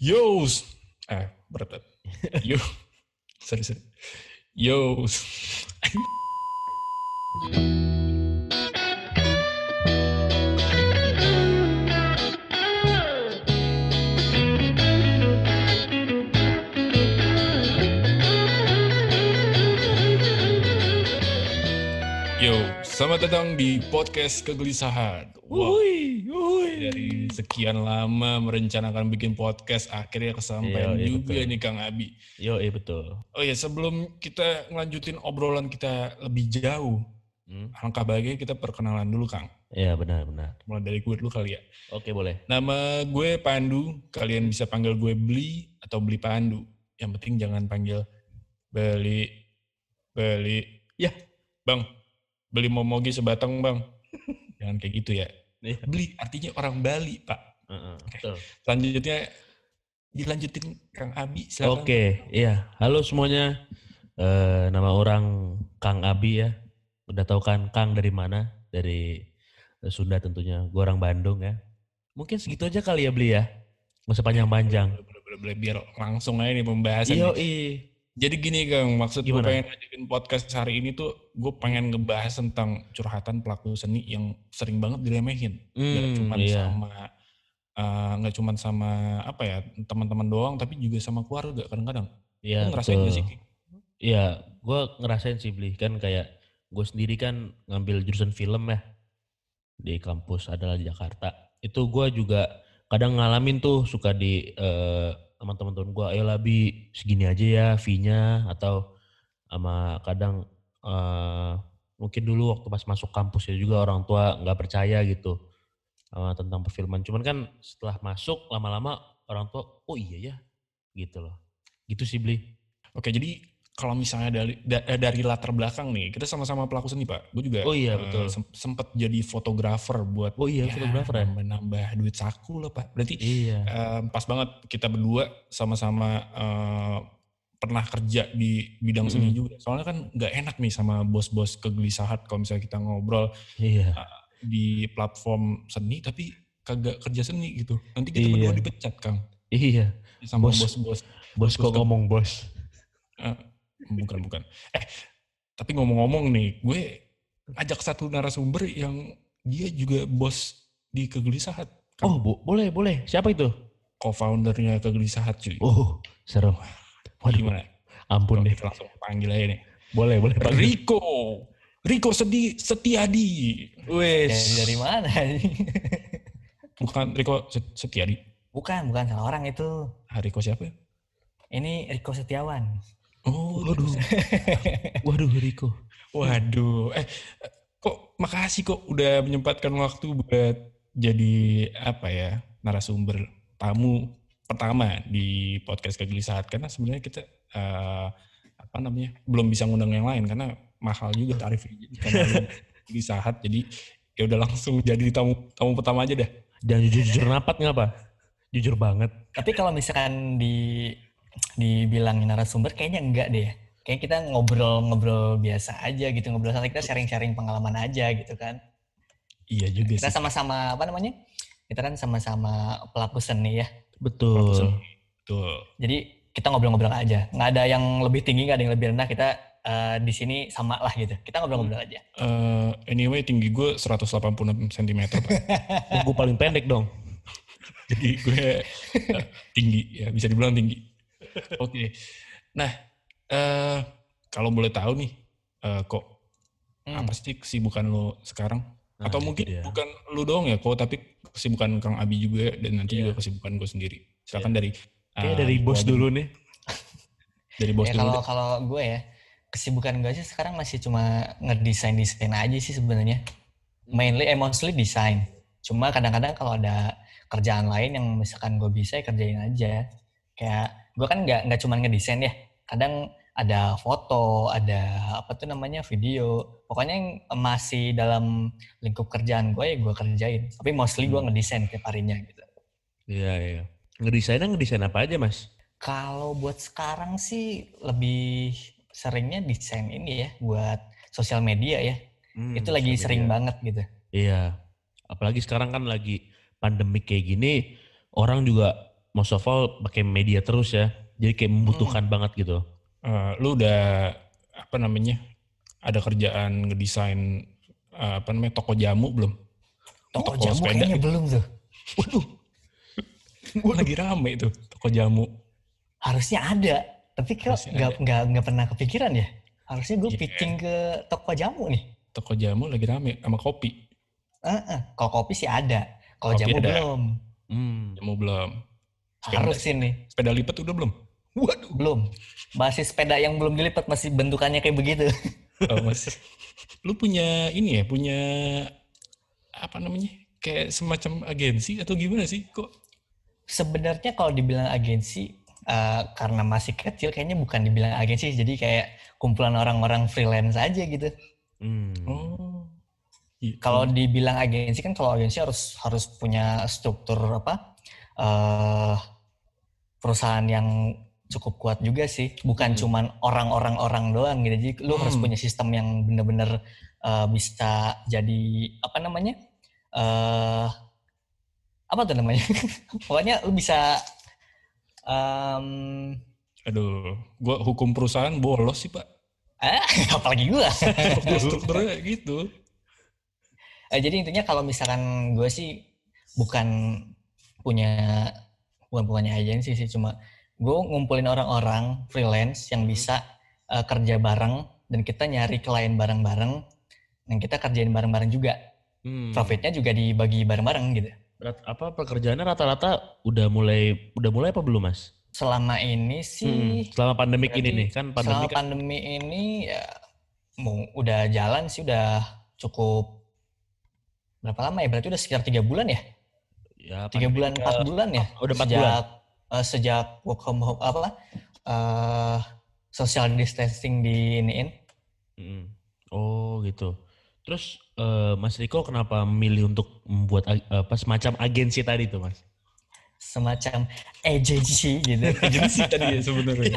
Yo, berat. Yo, sorry. Yo, selamat datang di podcast Kegelisahan. Wow, dari sekian lama merencanakan bikin podcast, akhirnya kesampaian juga betul. Nih Kang Abi. Betul. Oh ya, sebelum kita ngelanjutin obrolan kita lebih jauh, alangkah baiknya kita perkenalan dulu Kang. Iya benar. Mulai dari gue dulu kali ya. Oke boleh. Nama gue Pandu, kalian bisa panggil gue Beli atau Beli Pandu. Yang penting jangan panggil Beli. Ya. Bang, beli momogi sebatang bang. Jangan kayak gitu ya. Beli artinya orang Bali Pak. Betul. Selanjutnya dilanjutin Kang Abi. Silakan. Oke, iya. Halo semuanya. Nama orang Kang Abi ya. Udah tahu kan Kang dari mana? Dari Sunda tentunya. Gue orang Bandung ya. Mungkin segitu aja kali ya Beli ya. Nggak usah panjang-panjang. Boleh biar langsung aja nih pembahasan. Jadi gini Kang, maksud gue pengen ngajakin podcast hari ini tuh gue pengen ngebahas tentang curhatan pelaku seni yang sering banget diremehin. Nggak cuma sama apa ya teman-teman doang, tapi juga sama keluarga kadang-kadang. Iya ngerasain gak sih? Iya, gue ngerasain sih Beli. Kan kayak gue sendiri kan ngambil jurusan film ya di kampus adalah di Jakarta. Itu gue juga kadang ngalamin tuh suka di sama teman-teman gue, ayo Labi segini aja ya fee-nya, atau sama kadang mungkin dulu waktu pas masuk kampus ya juga orang tua nggak percaya gitu tentang perfilman. Cuman kan setelah masuk lama-lama orang tua, oh iya ya gitu loh. Gitu sih Bli. Oke, jadi kalau misalnya dari latar belakang nih, kita sama-sama pelaku seni Pak. Gue juga betul. Sempet jadi fotografer buat fotografer ya? Nambah duit saku lah Pak. Berarti pas banget kita berdua sama-sama pernah kerja di bidang seni juga. Soalnya kan gak enak nih sama bos-bos Kegelisahan kalau misalnya kita ngobrol di platform seni tapi kagak kerja seni gitu. Nanti kita berdua dipecat Kang. Iya. Sama bos-bos. Bos kok ngomong bos? Bukan. Tapi ngomong-ngomong nih, gue ajak satu narasumber yang dia juga bos di Kegelisahan. Oh, boleh. Siapa itu? Co-foundernya Kegelisahan cuy. Oh, seru. Waduh, gimana? Ampun deh. Kita langsung panggil aja nih. Boleh panggil. Riko Setiadi. Wes. Dari mana? Bukan Riko Setiadi. Bukan salah orang itu. Riko siapa ya? Ini Riko Setiawan. Oh, waduh Riko. Waduh, kok makasih kok udah menyempatkan waktu buat jadi narasumber tamu pertama di podcast Kegelisahan, karena sebenarnya kita belum bisa ngundang yang lain karena mahal juga tarifnya karena Kegelisahan. Jadi ya udah langsung jadi tamu pertama aja dah. Jangan jujur napat ngapa? Jujur banget. Tapi kalau misalkan dibilangin narasumber kayaknya enggak deh. Kayak kita ngobrol biasa aja gitu, ngobrol santai, kita sharing pengalaman aja gitu kan. Iya juga kita sih. Kita sama-sama kita kan sama-sama pelaku seni ya. Betul. Jadi kita ngobrol-ngobrol aja. Nggak ada yang lebih tinggi, nggak ada yang lebih rendah. Kita di sini sama lah gitu. Kita ngobrol-ngobrol aja. Anyway, tinggi gue 186 cm Pak. Gue paling pendek dong. Jadi gue tinggi ya, bisa dibilang tinggi. Oke. Nah, kalau boleh tahu nih, kok apa sih kesibukan lo sekarang? Atau mungkin bukan lo doang ya, kok, tapi kesibukan Kang Abi juga dan nanti juga kesibukan gue sendiri. Silakan dari bos dulu nih. Dari bos dulu. Kalau gue ya, kesibukan gue sih sekarang masih cuma ngedesain aja sih sebenarnya. Mostly desain. Cuma kadang-kadang kalau ada kerjaan lain yang misalkan gue bisa ya kerjain aja. Kayak gue kan nggak cuma ngedesain ya, kadang ada foto, ada video. Pokoknya yang masih dalam lingkup kerjaan gue ya gue kerjain. Tapi mostly gue ngedesain tiap harinya gitu. Iya. Ngedesain apa aja Mas? Kalau buat sekarang sih lebih seringnya desain ini ya, buat sosial media ya. Itu lagi sering banget gitu. Iya. Apalagi sekarang kan lagi pandemi kayak gini, orang juga most of all pakai media terus ya. Jadi kayak membutuhkan banget gitu. Lu udah apa namanya? Ada kerjaan ngedesain toko jamu belum? Toko jamu kayaknya gitu. belum tuh. Waduh. Lagi rame itu toko jamu. Harusnya ada, tapi kok nggak pernah kepikiran ya. Harusnya gue pitching ke toko jamu nih. Toko jamu lagi rame sama kopi. Kalau kopi sih ada. Kalau Kopi jamu ada. belum. Jamu belum. Harus ini. Sepeda lipat udah belum? Waduh. Belum. Masih sepeda yang belum dilipat, masih bentukannya kayak begitu. Oh, masih. Lu punya ini ya, punya apa namanya? Kayak semacam agensi atau gimana sih? Kok? Sebenarnya kalau dibilang agensi, karena masih kecil kayaknya bukan dibilang agensi, jadi kayak kumpulan orang-orang freelance aja gitu. Oh. Kalau dibilang agensi kan, kalau agensi harus punya struktur perusahaan yang cukup kuat juga sih, bukan cuman orang doang gitu. Jadi lu harus punya sistem yang bener-bener bisa jadi pokoknya lu bisa gua hukum perusahaan bolos sih, Pak. Apalagi gua. Strukturnya gitu. Jadi intinya kalau misalkan gue sih bukan punya agensi sih, cuma gue ngumpulin orang-orang freelance yang bisa kerja bareng, dan kita nyari klien bareng-bareng, dan kita kerjain bareng-bareng juga. Profitnya juga dibagi bareng-bareng gitu. Pekerjaannya rata-rata udah mulai apa belum, Mas? Selama ini sih selama pandemik ini nih kan pandemi ini ya udah jalan sih, udah cukup berapa lama ya? Berarti udah sekitar 3 bulan ya? 3 bulan 4 bulan ya? Udah 4 bulan. Sejak work from home social distancing diiniin. Oh gitu. Terus Mas Riko kenapa memilih untuk membuat semacam agensi tadi tuh, Mas? Semacam agensi gitu. Agensi tadi ya sebenarnya.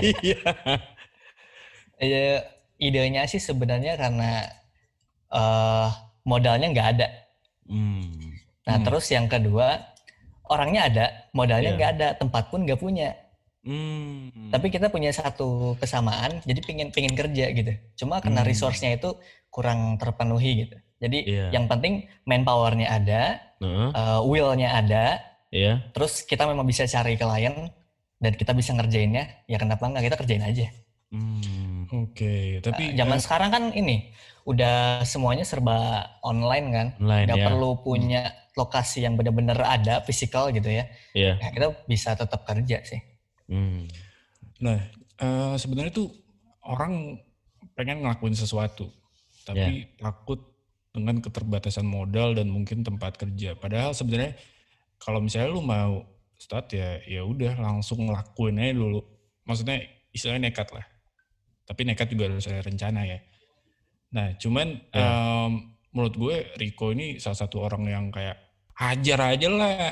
Iya. Idenya sih sebenarnya karena modalnya nggak ada. Nah terus yang kedua, orangnya ada, modalnya nggak ada, tempat pun nggak punya. Tapi kita punya satu kesamaan, jadi pingin kerja gitu. Cuma karena resource-nya itu kurang terpenuhi gitu. Jadi yang penting manpower-nya ada, will-nya ada, terus kita memang bisa cari klien dan kita bisa ngerjainnya, ya kenapa nggak kita kerjain aja. Oke, tapi zaman sekarang kan ini udah semuanya serba online kan, nggak perlu punya lokasi yang benar-benar ada fisikal gitu ya. Nah, kita bisa tetap kerja sih. Nah, sebenarnya tuh orang pengen ngelakuin sesuatu, tapi takut dengan keterbatasan modal dan mungkin tempat kerja. Padahal sebenarnya kalau misalnya lu mau start ya udah langsung ngelakuin aja dulu. Maksudnya istilahnya nekat lah. Tapi nekat juga harus ada rencana ya. Nah, cuman menurut gue Riko ini salah satu orang yang kayak hajar aja lah,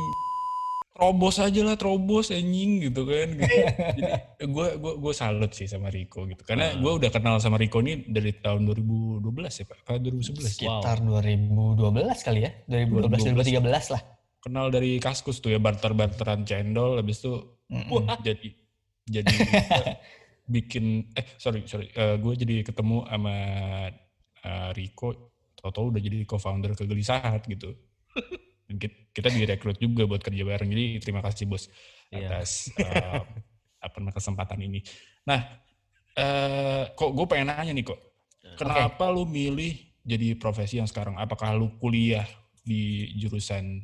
terobos anjing gitu kan. Jadi gue salut sih sama Riko gitu. Karena gue udah kenal sama Riko ini dari tahun 2012 ya Pak? 2011. Sekitar 2012 kali ya, 2012-2013 lah. Kenal dari Kaskus tuh ya, barter-barteran cendol, habis itu jadi bikin gue jadi ketemu sama Riko, tau-tau udah jadi co-founder Kegelisahan gitu. Dan kita direkrut juga buat kerja bareng. Jadi terima kasih bos atas kesempatan ini. Nah, kok gue pengen nanya nih kok, kenapa lu milih jadi profesi yang sekarang? Apakah lu kuliah di jurusan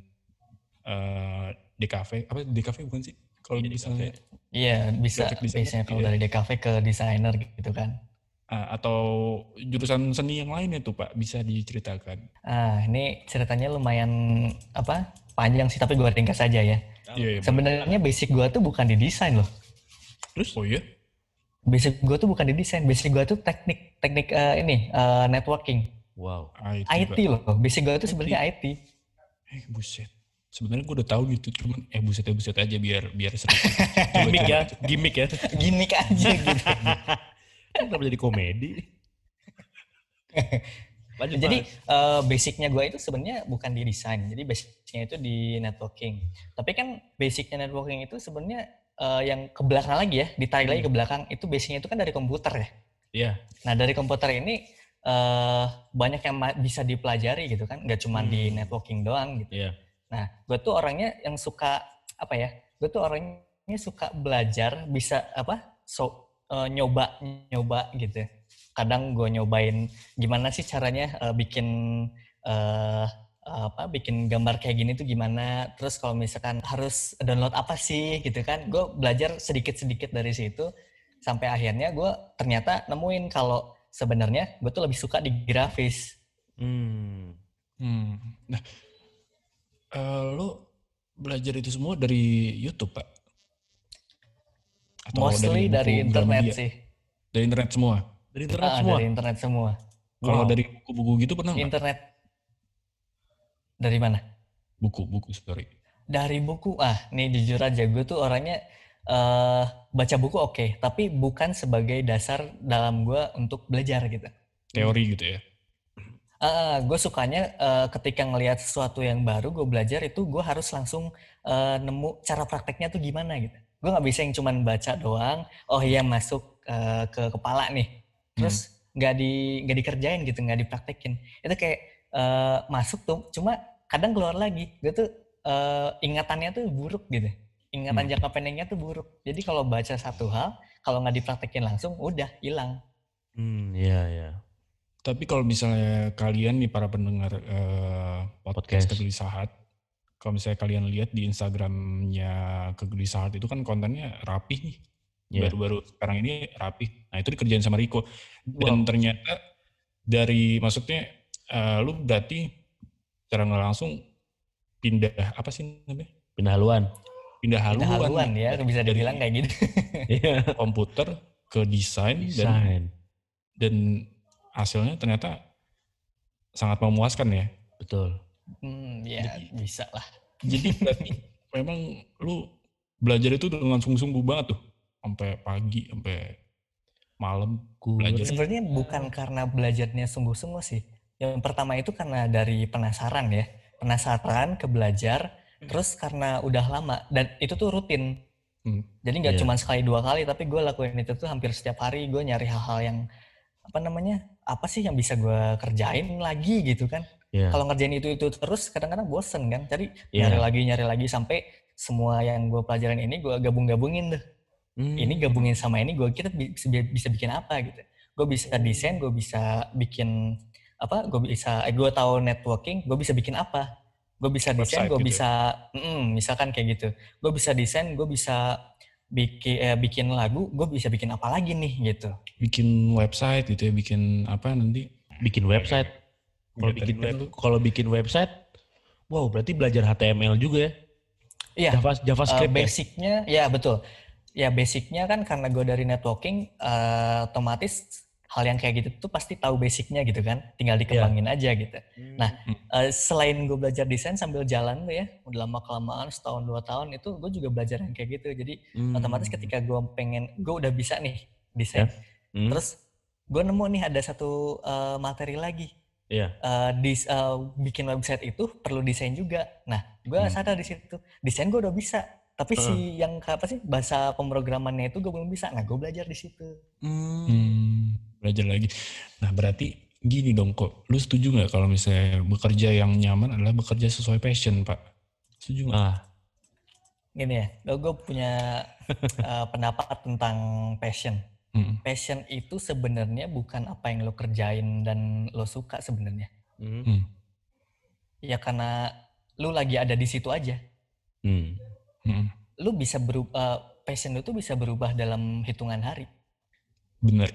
DKV? Apa DKV bukan sih? Kalau misalnya iya bisa biasanya kalau dari DKV ke desainer gitu kan. Atau jurusan seni yang lainnya tuh Pak, bisa diceritakan? Ini ceritanya lumayan panjang sih, tapi gue ringkas saja ya. Sebenarnya basic gue tuh bukan di desain loh. Terus? Oh iya? Basic gue tuh bukan di desain, basic gue tuh teknik networking. Wow. IT loh, basic gue tuh sebenarnya IT. Buset. Sebenarnya gue udah tahu gitu, cuman buset aja biar seru. Gimmick ya. Gimmick aja gitu. Kenapa jadi komedi? Lanjut, Jadi Mas. basicnya gue itu sebenarnya bukan di desain, jadi basicnya itu di networking. Tapi kan basicnya networking itu sebenarnya yang ke belakang lagi ya, ditarik lagi ke belakang, itu basicnya itu kan dari komputer ya. Iya. Nah dari komputer ini banyak yang bisa dipelajari gitu kan, nggak cuma di networking doang gitu. Iya. Nah gue tuh orangnya yang suka apa ya? Gue tuh orangnya suka belajar, bisa apa? Nyoba gitu. Kadang gue nyobain gimana sih caranya bikin bikin gambar kayak gini tuh gimana. Terus kalau misalkan harus download apa sih gitu kan, gue belajar sedikit-sedikit dari situ sampai akhirnya gue ternyata nemuin kalau sebenarnya gue tuh lebih suka di grafis. Nah, lo belajar itu semua dari YouTube, Pak? Atau Mostly dari buku internet Gramedia? sih. Dari internet semua? Dari internet semua. Dari internet semua. Kalau Wow. dari buku-buku gitu pernah nggak? Internet dari mana? Buku, sorry. Dari buku, nih jujur aja gue tuh orangnya baca buku oke, tapi bukan sebagai dasar dalam gue untuk belajar gitu. Teori gitu ya? Gue sukanya ketika ngelihat sesuatu yang baru gue belajar itu gue harus langsung nemu cara prakteknya tuh gimana gitu. Gue nggak bisa yang cuman baca doang, oh iya masuk ke kepala nih, terus nggak dikerjain gitu, nggak dipraktekin. Itu kayak masuk tuh, cuma kadang keluar lagi. Gue tuh ingatannya tuh buruk gitu, ingatan jangka pendeknya tuh buruk. Jadi kalau baca satu hal, kalau nggak dipraktekin langsung, udah hilang. Iya. Tapi kalau misalnya kalian nih para pendengar podcast Kegelisahat, kalau misalnya kalian lihat di Instagramnya Kegelisahat itu kan kontennya rapih nih. Yeah. Baru-baru sekarang ini rapih. Nah itu dikerjain sama Riko. Dan ternyata dari maksudnya lu berarti secara nggak langsung pindah apa sih namanya? Pindah haluan. Pindah haluan ya, bisa dibilang kayak gitu. Komputer ke desain. Dan hasilnya ternyata sangat memuaskan ya. Betul. Jadi, bisa lah. Jadi berarti memang lu belajar itu dengan sungguh-sungguh banget tuh. Sampai pagi, sampai malam belajar. Sebenarnya bukan karena belajarnya sungguh-sungguh sih. Yang pertama itu karena dari penasaran ya. Penasaran ke belajar, terus karena udah lama. Dan itu tuh rutin. Jadi nggak cuma sekali dua kali, tapi gue lakuin itu tuh hampir setiap hari. Gue nyari hal-hal yang apa sih yang bisa gue kerjain lagi gitu kan. Kalau ngerjain itu terus kadang-kadang bosen kan. Jadi nyari lagi sampai semua yang gue pelajarin ini gue gabung-gabungin tuh. Ini gabungin sama ini kita bisa bikin apa gitu. Gue bisa desain, gue bisa bikin gue tahu networking, gue bisa bikin apa. Gue bisa desain, gue bisa misalkan kayak gitu. Gue bisa desain, gue bisa bikin lagu, gue bisa bikin apa lagi nih gitu. Bikin website gitu ya, bikin apa nanti? Bikin website. Kalau bikin website, wow berarti belajar HTML juga ya? Iya. JavaScript basicnya, ya betul. Ya basicnya kan karena gue dari networking, otomatis hal yang kayak gitu tuh pasti tahu basicnya gitu kan, tinggal dikembangin aja gitu. Nah selain gue belajar desain sambil jalan tuh ya, udah lama kelamaan setahun 2 tahun itu gue juga belajar yang kayak gitu. Jadi otomatis ketika gue udah bisa nih desain, terus gue nemu nih ada satu materi lagi. Bikin website itu perlu desain juga. Nah gue sadar di situ desain gue udah bisa. Tapi yang bahasa pemrogramannya itu gue belum bisa. Nah gue belajar di situ. Belajar lagi. Nah berarti gini dong kok. Lu setuju nggak kalau misalnya bekerja yang nyaman adalah bekerja sesuai passion, Pak? Setuju nggak? Gini ya, gue punya pendapat tentang passion. Passion itu sebenarnya bukan apa yang lo kerjain dan lo suka sebenarnya. Ya karena lu lagi ada di situ aja. Lu bisa passion lu tuh bisa berubah dalam hitungan hari. Bener.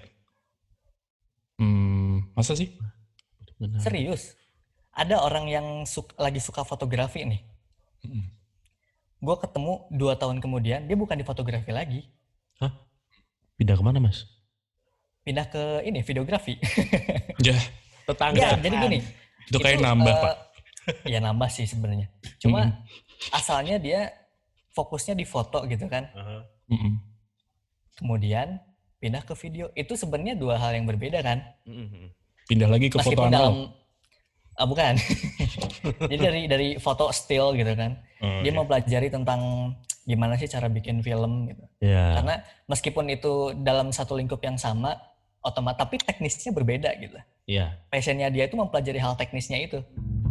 Masa sih? Serius. Ada orang yang lagi suka fotografi nih. Gue ketemu 2 tahun kemudian, dia bukan di fotografi lagi. Hah? Pindah kemana mas? Pindah ke videografi. Ya. Tetangga. Jadi gini. Itu kayak nambah Pak. Ya nambah sih sebenarnya. Cuma asalnya dia fokusnya di foto gitu kan. Kemudian pindah ke video. Itu sebenarnya 2 hal yang berbeda kan. Pindah lagi ke foto Meskipun dalam analog. bukan. Jadi dari foto still gitu kan. Dia mau pelajari tentang gimana sih cara bikin film gitu. Ya. Karena meskipun itu dalam satu lingkup yang sama, otomatis tapi teknisnya berbeda gitu. Iya. Passionnya dia itu mempelajari hal teknisnya itu.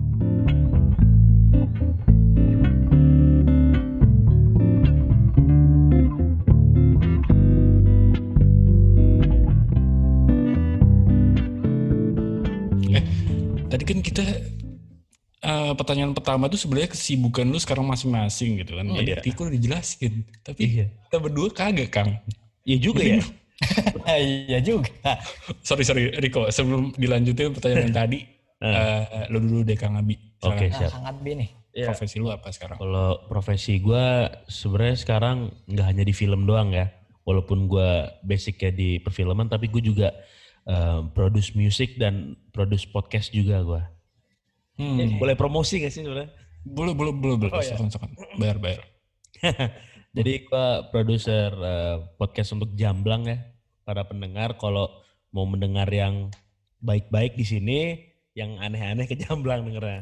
Tadi kan kita pertanyaan pertama tuh sebenarnya kesibukan lu sekarang masing-masing gitu kan. Jadi Tiko udah dijelasin. Tapi kita berdua kagak, Kang. Iya juga ya. Iya juga. Sorry Riko, sebelum dilanjutin pertanyaan yang tadi, lu dulu deh Kang Abi. Oke, siap. Kang Abi nih. Profesi lu apa sekarang? Kalau profesi gue sebenarnya sekarang nggak hanya di film doang ya. Walaupun gue basicnya di perfilman, tapi gue juga produce music dan produce podcast juga gue. Boleh promosi gak sih sebenarnya? Boleh. Silakan. Bayar. Jadi gue produser podcast untuk Jamblang ya. Para pendengar kalau mau mendengar yang baik-baik di sini, yang aneh-aneh ke Jamblang dengernya.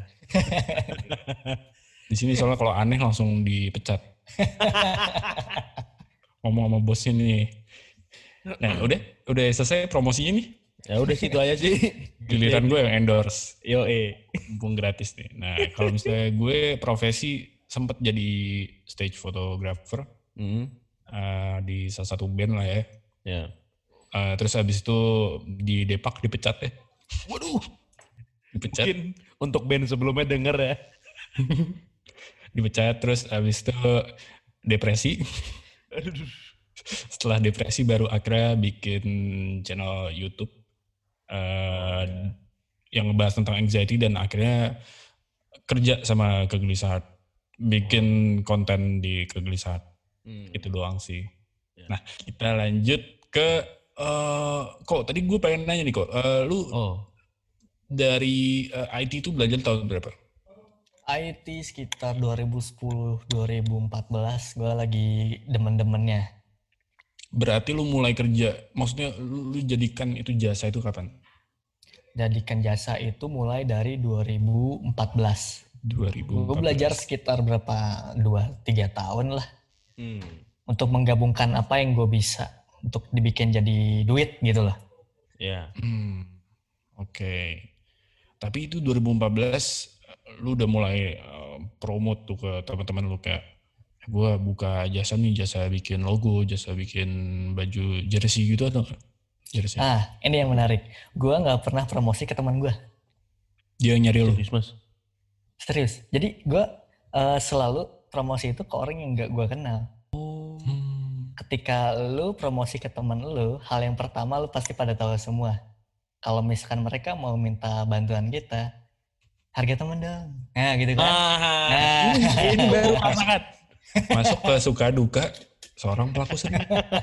Di sini soalnya kalau aneh langsung dipecat. Ngomong sama bosnya nih. Nah, udah selesai promosinya nih. Ya udah situ aja sih. Giliran gue yang endorse. Mumpung gratis nih. Nah, kalau misalnya gue profesi sempet jadi stage photographer di salah satu band lah ya. Terus habis itu di Depak dipecat ya. Waduh. Dipecat. Mungkin untuk band sebelumnya denger ya. Dipecat terus habis itu depresi. Setelah depresi baru akhirnya bikin channel YouTube yang ngebahas tentang anxiety dan akhirnya kerja sama kegelisahan, bikin konten di kegelisahan. Itu doang sih. Nah, kita lanjut ke kok tadi gue pengen nanya nih kok, lu dari IT itu belajar tahun berapa? IT sekitar 2010-2014 gue lagi demen-demennya. Berarti lu mulai kerja, maksudnya lu jadikan itu jasa itu kapan? Jadikan jasa itu mulai dari 2014. 2014. Gue belajar sekitar berapa 2-3 tahun lah. Untuk menggabungkan apa yang gue bisa untuk dibikin jadi duit gitu loh. Oke. Tapi itu 2014 lu udah mulai promote tuh ke teman-teman lu kayak gue buka jasa nih, jasa bikin logo, jasa bikin baju jersey gitu atau enggak? Jersey. Ini yang menarik. Gue nggak pernah promosi ke teman gue. Dia nyari lu? Serius. Jadi gue selalu promosi itu ke orang yang nggak gue kenal. Ketika lu promosi ke teman lu, hal yang pertama lu pasti pada tahu semua. Kalau misalkan mereka mau minta bantuan kita, harga temen dong. Nah gitu kan. Ini baru sangat. Masuk ke suka duka seorang pelaku seni.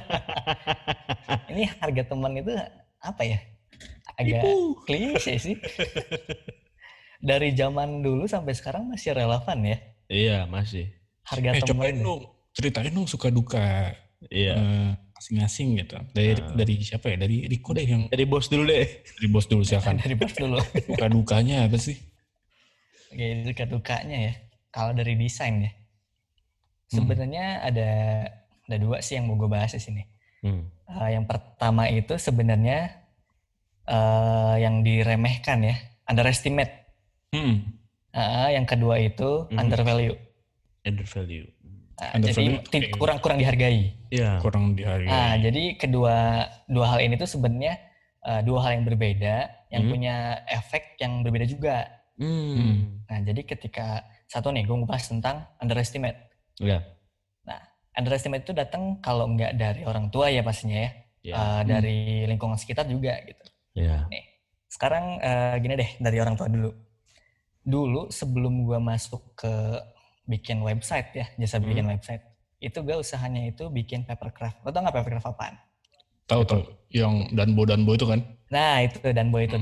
Ini harga teman itu apa ya? Agak klise sih. Dari zaman dulu sampai sekarang masih relevan ya. Iya masih. Harga teman. Ceritain dong suka duka. Masing-masing gitu. Dari siapa ya? Dari Riko deh yang. Dari bos dulu deh. Dari bos dulu silakan. Dari bos dulu. Suka dukanya apa sih? Oke, suka dukanya ya. Kalau dari desain ya. Sebenarnya ada dua sih yang mau gue bahas di sini. Yang pertama itu sebenarnya yang diremehkan ya, underestimate. Yang kedua itu undervalue. Jadi kurang dihargai. Iya. Kurang dihargai. Jadi dua hal ini tuh sebenarnya dua hal yang berbeda, yang punya efek yang berbeda juga. Nah, jadi ketika satu nih gue ngebahas tentang underestimate. Nah, underestimate itu datang kalau nggak dari orang tua ya pastinya ya, dari lingkungan sekitar juga gitu. Nih, sekarang gini deh dari orang tua dulu. Dulu sebelum gue masuk ke bikin website ya, jasa bikin website, itu gue usahanya itu bikin papercraft. Lo tau nggak papercraft apaan? Tahu. Yang Danbo itu kan? Nah itu Danbo itu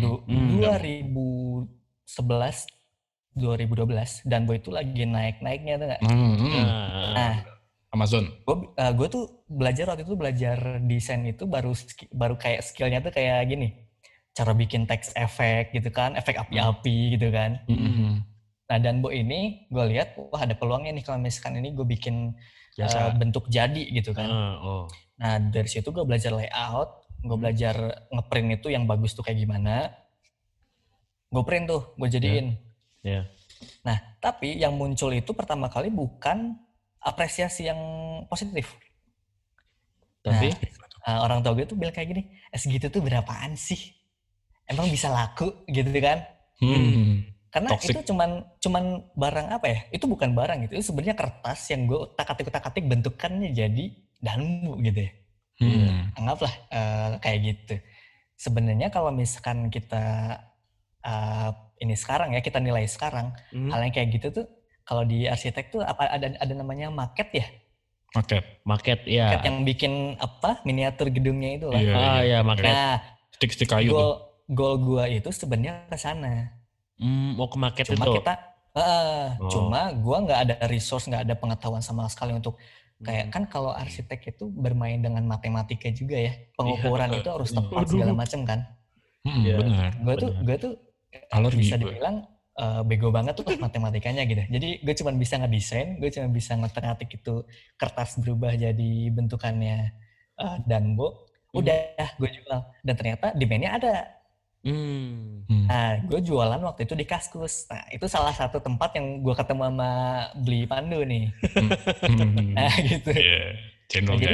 2011, 2012 Danbo itu lagi naik-naiknya tuh nggak? Nah, Amazon. Gue tuh belajar waktu itu belajar desain itu baru kayak skillnya tuh kayak gini. cara bikin text effect gitu kan, efek api-api gitu kan. Nah Danbo ini gue lihat wah ada peluangnya nih kalau misalkan ini gue bikin bentuk jadi gitu kan. Nah dari situ gue belajar layout, gue belajar ngeprint itu yang bagus tuh kayak gimana. Gue print tuh, gue jadiin. Nah tapi yang muncul itu pertama kali bukan apresiasi yang positif. Tapi orang tua gue tuh bilang kayak gini, segitu tuh berapaan sih? Emang bisa laku gitu kan? Karena Toxic. itu cuman barang apa ya? Itu bukan barang gitu. Itu sebenarnya kertas yang gue utak-atik bentukannya jadi Danbo gitu ya. Anggaplah kayak gitu. Sebenarnya kalau misalkan kita ini sekarang ya, kita nilai sekarang, hal yang kayak gitu tuh kalau di arsitek tuh apa ada namanya maket ya? Maket ya. Maket yang bikin apa? Miniatur gedungnya itu lah. Iya, maket. Nah, stik kayu tuh. Goal gua itu sebenarnya ke sana. Mau ke market Cuma itu. Cuma gua nggak ada resource, nggak ada pengetahuan sama sekali untuk kayak kan kalau arsitek itu bermain dengan matematika juga ya. Pengukuran itu harus tepat segala macam kan. Benar. Gue tuh bisa dibilang bego banget tuh matematikanya gitu. Jadi gue cuma bisa ngedesain, gue cuma bisa ngetik itu kertas berubah jadi bentukannya Danbo. Udah gue jual dan ternyata demand-nya ada. Nah, gue jualan waktu itu di Kaskus. Nah, itu salah satu tempat yang gue ketemu sama Beli Pandu nih. Nah, gitu. Nah, jadi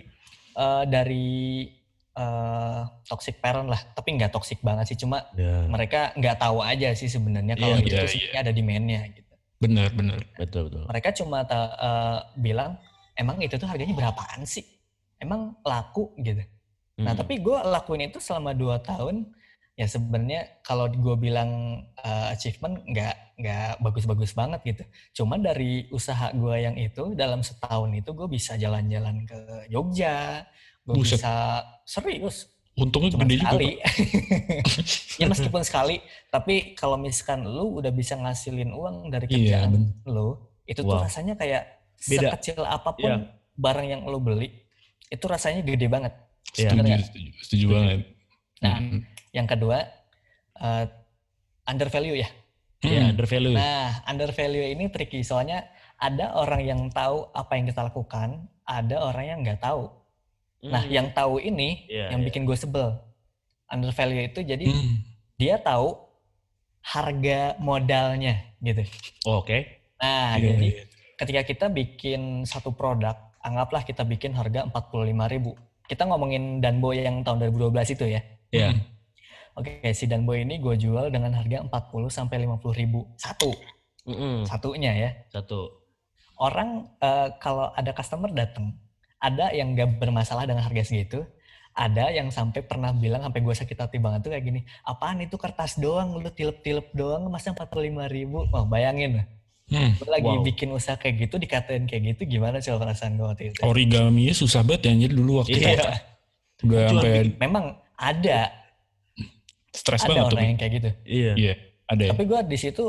dari toxic parent lah, tapi nggak toxic banget sih, cuma mereka nggak tahu aja sih sebenarnya kalau itu sebenarnya ada demand-nya gitu. Benar. Betul. Mereka cuma bilang, emang itu tuh harganya berapaan sih? Emang laku gitu. Nah, tapi gue lakuin itu selama 2 tahun. Ya sebenarnya kalau gue bilang achievement nggak bagus-bagus banget gitu. Cuma dari usaha gue yang itu dalam setahun itu gue bisa jalan-jalan ke Jogja, gue bisa serius. Untungnya cuma gede sekali. juga, Pak. Ya meskipun sekali, tapi kalau misalkan lu udah bisa ngasilin uang dari kerjaan lu, itu tuh rasanya kayak beda. Sekecil apapun barang yang lu beli, itu rasanya gede banget. Setuju banget. Nah, yang kedua under value ya. Under value. Nah, under value ini tricky soalnya ada orang yang tahu apa yang kita lakukan, ada orang yang nggak tahu. Nah, yang tahu ini yang bikin gue sebel. Under value itu jadi dia tahu harga modalnya gitu. Oke. Nah, jadi ketika kita bikin satu produk, anggaplah kita bikin harga 45.000. Kita ngomongin Danbo yang tahun 2012 itu ya. Iya. Oke, si Danbo ini gue jual dengan harga 40 sampai 50.000 satu. Satunya ya. Satu. Orang kalau ada customer datang, ada yang gak bermasalah dengan harga segitu, ada yang sampai pernah bilang sampai gue sakit hati banget tuh kayak gini, apaan itu kertas doang, lu tilep-tilep doang, masa 45.000? Oh bayangin, gue lagi bikin usaha kayak gitu, dikatain kayak gitu, gimana coba perasaan gue waktu itu? Origami susah banget ya, jadi dulu waktu itu. Udah sampai memang ada. Stres ada banget orang yang kayak gitu. Iya, ada. Tapi gue di situ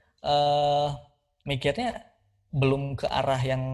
mikirnya belum ke arah yang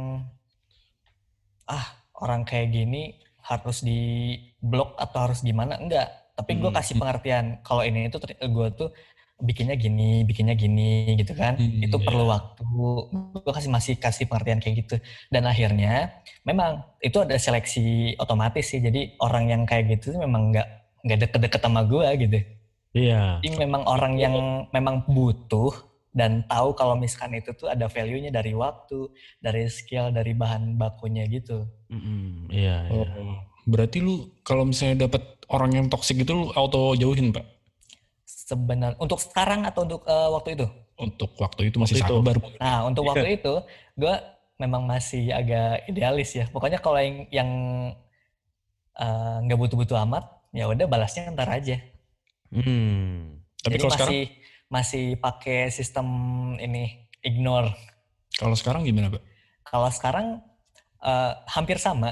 orang kayak gini harus di blok atau harus gimana, enggak. Tapi gue kasih pengertian kalau ini itu gue tuh bikinnya gini gitu kan. Itu perlu waktu. Gue masih kasih pengertian kayak gitu. Dan akhirnya memang itu ada seleksi otomatis sih. Jadi orang yang kayak gitu memang nggak deket-deket sama gue gitu. Iya. Jadi memang orang yang memang butuh dan tahu kalau misalkan itu tuh ada value-nya dari waktu, dari skill, dari bahan bakunya gitu. Iya. Berarti lu kalau misalnya dapat orang yang toksik itu lu auto jauhin, Pak? Sebenarnya untuk sekarang atau untuk waktu itu? Untuk waktu itu masih sabar. Nah, untuk waktu itu gue memang masih agak idealis ya. Pokoknya kalau yang nggak butuh-butuh amat, ya udah balasnya ntar aja. Tapi jadi kalau sekarang masih pakai sistem ini ignore. Kalau sekarang gimana, Pak? Kalau sekarang hampir sama.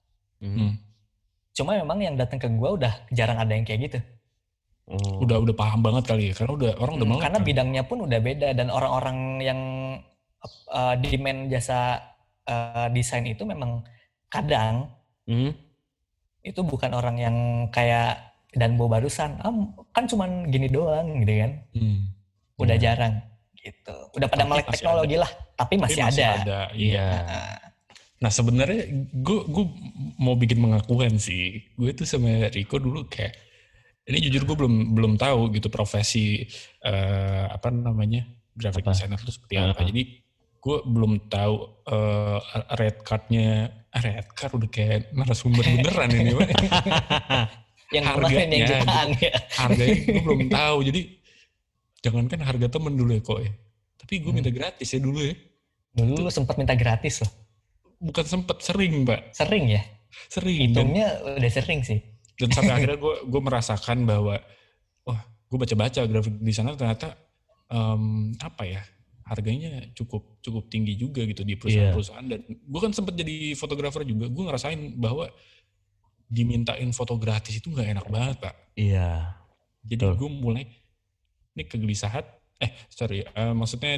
Cuma memang yang datang ke gue udah jarang ada yang kayak gitu. Udah paham banget kali ya, karena orang udah melek. Karena bidangnya pun udah beda dan orang-orang yang demand jasa desain itu memang kadang itu bukan orang yang kayak dan bawa barusan, kan cuman gini doang gitu kan. Udah jarang gitu. Udah pada melek teknologi lah, tapi masih ada. Iya. Nah sebenarnya gue mau bikin pengakuan sih. Gue tuh sama Rico dulu kayak, ini jujur gue belum tahu gitu profesi graphic designer itu seperti apa. Jadi gue belum tahu red card udah kayak narasumber beneran ini. Yang kemarin yang Jepang gitu. Harganya gue belum tahu. Jadi jangankan harga temen dulu ya kok ya. Tapi gue minta gratis ya dulu ya. Dulu sempat minta gratis loh. Bukan sempat, sering Pak. Sering ya? Sering. Hitungnya udah sering sih. Dan sampai akhirnya gue merasakan bahwa, wah gue baca-baca graphic designer ternyata harganya cukup tinggi juga gitu di perusahaan-perusahaan. Dan gue kan sempat jadi fotografer juga. Gue ngerasain bahwa dimintain foto gratis itu nggak enak banget Pak. Iya. Jadi gue mulai ini kegelisahan. Maksudnya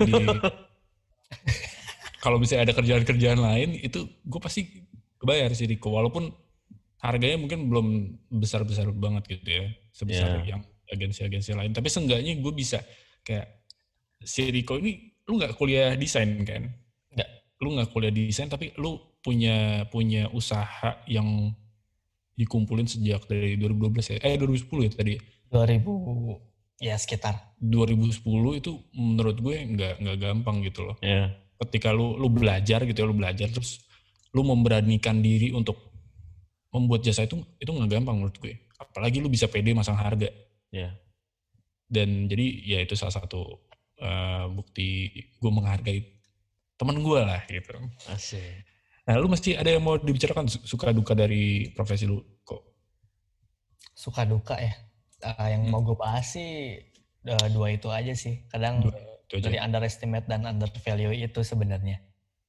kalau misalnya ada kerjaan-kerjaan lain itu gue pasti kebayar sih Rico. Walaupun harganya mungkin belum besar-besar banget gitu ya. Sebesar yang agensi-agensi lain. Tapi seenggaknya gue bisa kayak si Rico ini lu nggak kuliah desain kan? Nggak. Lu nggak kuliah desain tapi lu punya usaha yang dikumpulin sejak dari 2012 ya? 2010 ya tadi? 2000 ya sekitar. 2010 itu menurut gue nggak gampang gitu loh. Yeah. Ketika lu belajar gitu ya, lu belajar terus lu memberanikan diri untuk membuat jasa itu nggak gampang menurut gue. Apalagi lu bisa pede masang harga. Yeah. Dan jadi ya itu salah satu bukti gue menghargai teman gue lah gitu. Asik. Nah lu mesti ada yang mau dibicarakan suka duka dari profesi lu kok? Suka duka ya? Yang mau gue bahas sih dua itu aja sih. Kadang dari underestimate dan undervalue itu sebenarnya.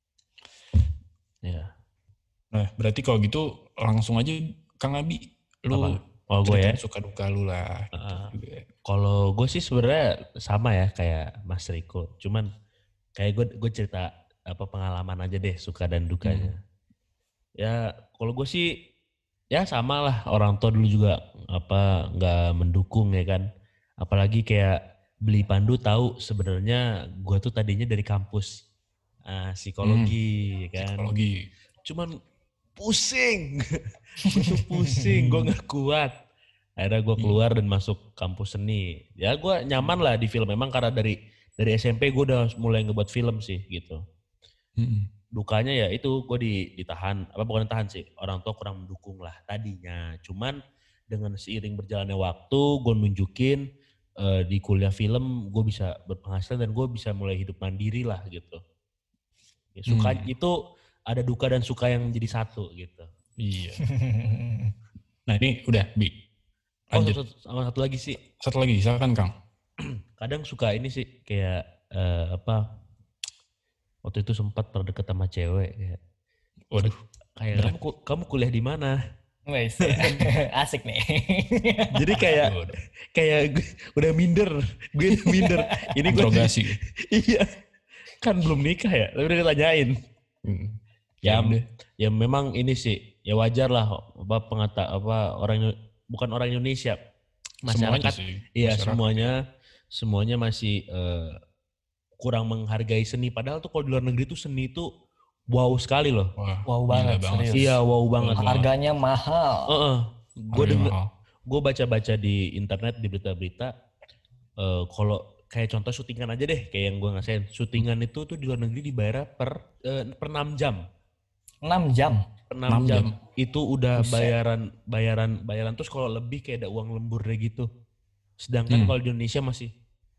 Ya. Nah berarti kalau gitu langsung aja Kang Abi, lu gue ya suka duka lu lah. Kalau gue sih sebenarnya sama ya kayak Mas Riko. Cuman kayak gue cerita pengalaman aja deh suka dan dukanya. Ya kalau gue sih ya sama lah, orang tua dulu juga nggak mendukung ya kan. Apalagi kayak beli pandu tahu sebenarnya gue tuh tadinya dari kampus psikologi kan. Psikologi. Cuman pusing. Gue tuh pusing, gue nggak kuat. Akhirnya gue keluar dan masuk kampus seni. Ya gue nyaman lah di film. Memang karena dari SMP gue udah mulai ngebuat film sih gitu. Dukanya ya itu gue ditahan, bukan ditahan sih, orang tua kurang mendukung lah tadinya. Cuman dengan seiring berjalannya waktu gue nunjukin di kuliah film gue bisa berpenghasilan dan gue bisa mulai hidup mandiri lah gitu. Ya, suka itu ada duka dan suka yang jadi satu gitu. Iya. Nah ini udah Bi. Lanjut. Sama satu lagi sih. Satu lagi silakan Kang. Kadang suka ini sih kayak waktu itu sempat pernah deket sama cewek kayak. Waduh. Kayak kamu kuliah di mana? Wes, asik nih. Jadi kayak gue udah minder. Gue udah minder. Ini gue interogasi. Iya. Kan belum nikah ya, tapi udah ditanyain. Ya memang ini sih, ya wajar lah bukan orang Indonesia, masyarakat, iya semuanya masih kurang menghargai seni. Padahal tuh kalau di luar negeri tuh seni tuh wow sekali loh. Wow banget, serius. Iya wow banget. Harganya mahal. Gue baca-baca di internet, di berita-berita, kalau kayak contoh syutingan aja deh, kayak yang gue ngasain. Syutingan itu tuh di luar negeri dibayar per 6 jam. 6 jam? Per 6 jam. Itu udah bayaran terus kalau lebih kayak ada uang lemburnya gitu. Sedangkan kalau di Indonesia masih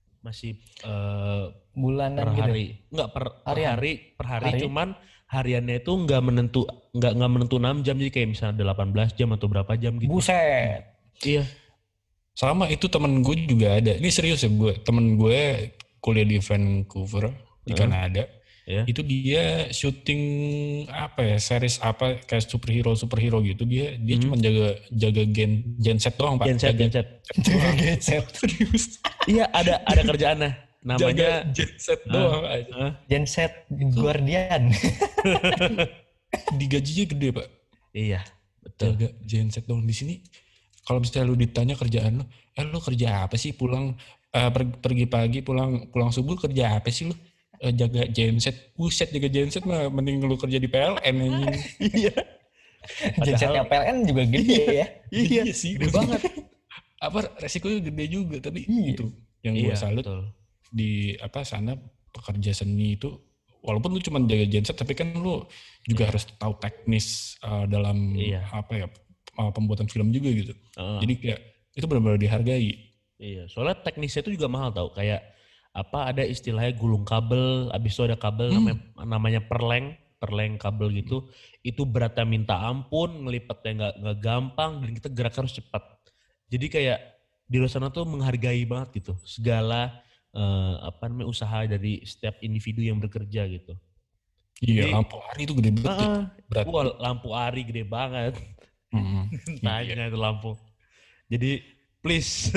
bulanan per hari. Gitu? Enggak per hari. Cuman hariannya itu enggak menentu 6 jam, jadi kayak misalnya ada 18 jam atau berapa jam gitu. Buset. Iya. Sama itu temen gue juga ada. Ini serius ya temen gue kuliah di Vancouver di Kanada. Itu dia syuting series kayak superhero gitu. Dia cuma jaga genset doang Pak. Genset. Jaga genset. Serius. Iya ada kerjaannya. Namanya jaga genset doang. Genset Guardian. Digajinya gede Pak. Iya betul. Jaga genset doang di sini. kalau misalnya lu ditanya kerjaan lu, lu kerja apa sih pulang pergi pagi pulang subuh kerja apa sih lu? Jaga genset. Buset, jaga genset mah mending lu kerja di PLN anjing. Iya. Gensetnya PLN juga gede ya. Iya sih, gede banget. Apa resikonya gede juga, tapi Iya. itu yang gue Iya, salut betul. di sana pekerja seni itu, walaupun lu cuma jaga genset tapi kan lu juga harus tahu teknis dalam pembuatan film juga gitu. Jadi kayak itu benar-benar dihargai. Iya, soalnya teknisnya itu juga mahal tau. Kayak ada istilahnya gulung kabel, abis itu ada kabel namanya perleng kabel gitu. Itu beratnya minta ampun, ngelipetnya nggak gampang, dan kita gerak harus cepat. Jadi kayak di luar sana tuh menghargai banget gitu segala usaha dari setiap individu yang bekerja gitu. Iya, lampu ari itu gede banget. Berat. Lampu ari gede banget. Tanya itu lampu. Jadi please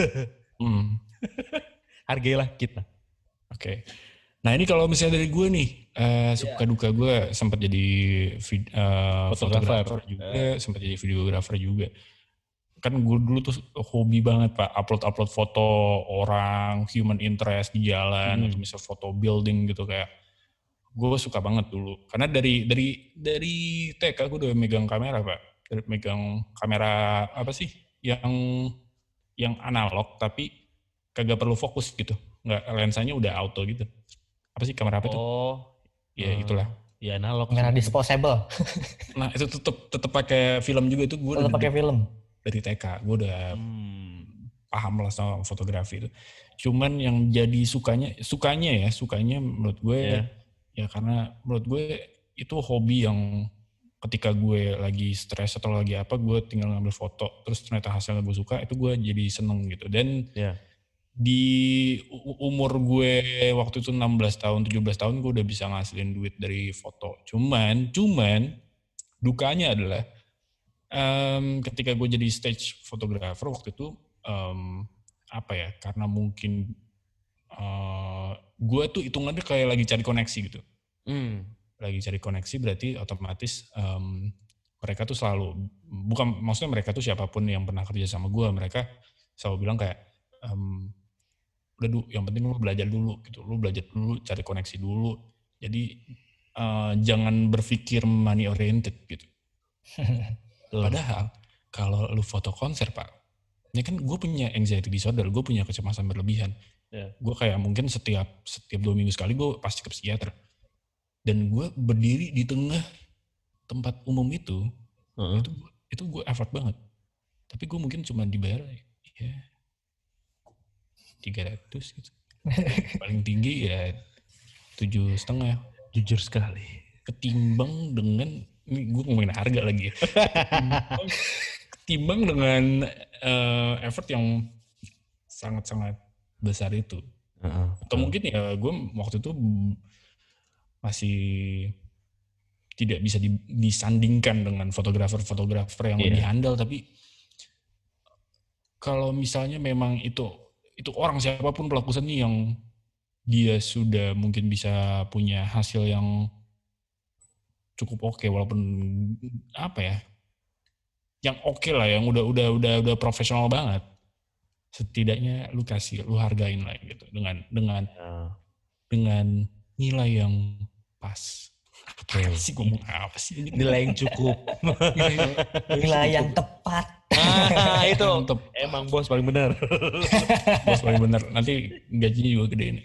hargailah kita. Oke. Nah ini kalau misalnya dari gue nih, suka duka gue sempat jadi fotografer juga, sempat jadi videografer juga. Kan gue dulu tuh hobi banget Pak, upload foto orang, human interest di jalan, atau misalnya foto building gitu kayak. Gue suka banget dulu, karena dari TK gue udah megang kamera Pak, megang kamera apa sih, yang analog tapi kagak perlu fokus gitu, nggak, lensanya udah auto gitu. Apa sih kamera apa itu? Ya itulah. Ya analog. Kamera disposable. Nah itu tetap pakai film juga, itu gue tetap pakai film. Dari TK gue udah paham lah sama fotografi itu. Cuman yang jadi sukanya menurut gue ya karena menurut gue itu hobi yang ketika gue lagi stres atau lagi apa, gue tinggal ngambil foto terus ternyata hasilnya gue suka, itu gue jadi seneng gitu. Dan di umur gue waktu itu 16 tahun 17 tahun gue udah bisa ngasilin duit dari foto. Cuman dukanya adalah ketika gue jadi stage photographer waktu itu karena mungkin gue tuh hitungannya kayak lagi cari koneksi gitu. Lagi cari koneksi berarti otomatis mereka tuh selalu, bukan maksudnya mereka tuh siapapun yang pernah kerja sama gue, mereka selalu bilang kayak udah yang penting lu belajar dulu gitu, lu belajar dulu, cari koneksi dulu. Jadi jangan berpikir money oriented gitu. Padahal kalau lu foto konser Pak, ya kan gue punya anxiety disorder, gue punya kecemasan berlebihan. Gue kayak mungkin setiap 2 minggu sekali gue pasti ke psikiater. Dan gue berdiri di tengah tempat umum itu gue effort banget. Tapi gue mungkin cuma dibayar ya 300 gitu. Paling tinggi ya 7,5. Jujur sekali. Ketimbang dengan, ini gue ngomongin harga lagi ya. Ketimbang dengan effort yang sangat-sangat besar itu. Atau mungkin ya gue waktu itu masih tidak bisa disandingkan dengan fotografer-fotografer yang lebih handal. Tapi kalau misalnya memang itu orang siapapun pelaku seni yang dia sudah mungkin bisa punya hasil yang cukup oke, walaupun yang oke lah, yang udah profesional banget, setidaknya lu hargain lah gitu dengan nilai yang pas. Apa sih nilai yang cukup. Nilai yang tepat. Itu emang bos paling benar. Bos paling benar. Nanti gajinya juga gede nih.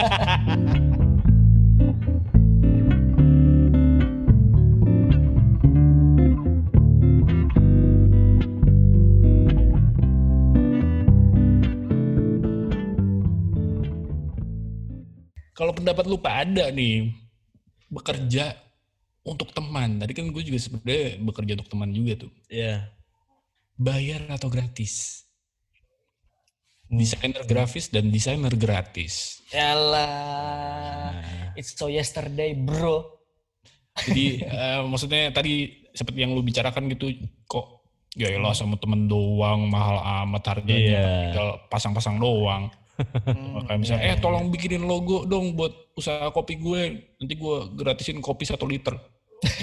Kalau pendapat lu pada nih, bekerja untuk teman. Tadi kan gue juga sebenarnya bekerja untuk teman juga tuh. Iya. Bayar atau gratis? Desainer grafis dan desainer gratis. Yalah, it's so yesterday bro. Jadi maksudnya tadi seperti yang lu bicarakan gitu, kok ya elah sama temen doang, mahal amat harganya, tinggal pasang-pasang doang. Kayak misalnya, tolong bikinin logo dong buat usaha kopi gue, nanti gue gratisin kopi 1 liter. Ya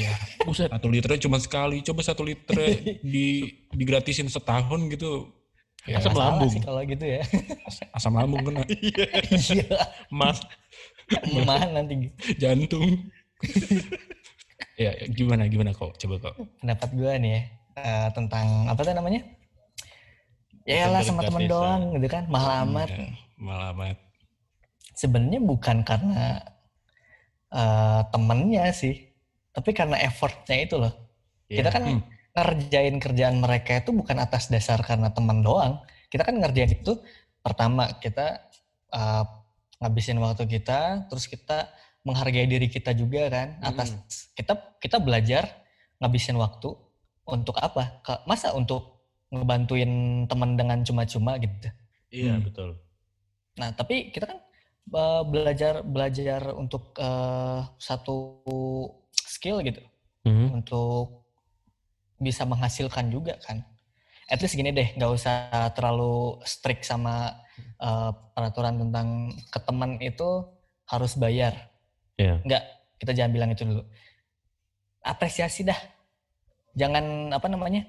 Buset. 1 liter cuma sekali. Coba 1 liter digratisin setahun gitu. Ya, Asam Masalah lambung. sih kalau gitu ya. asam lambung kena. Iya. Mas. Mahal nanti. Jantung. Ya, gimana kok? Coba kok. Pendapat gue nih ya. Tentang apa tuh namanya? Ya lah sama temen doang gitu kan. Mahal amat. Ya, mahal amat. Sebenarnya bukan karena temennya sih. Tapi karena effortnya itu loh. Kita kan ngerjain kerjaan mereka itu bukan atas dasar karena teman doang. Kita kan ngerjain itu pertama kita ngabisin waktu kita, terus kita menghargai diri kita juga kan. Atas kita belajar ngabisin waktu untuk apa? Masa untuk ngebantuin teman dengan cuma-cuma gitu. Iya, betul. Nah, tapi kita kan belajar untuk satu skill gitu. Untuk bisa menghasilkan juga kan. At least gini deh, nggak usah terlalu strict sama peraturan tentang ke teman itu harus bayar. Iya. Nggak, kita jangan bilang itu dulu. Apresiasi dah. Jangan apa namanya?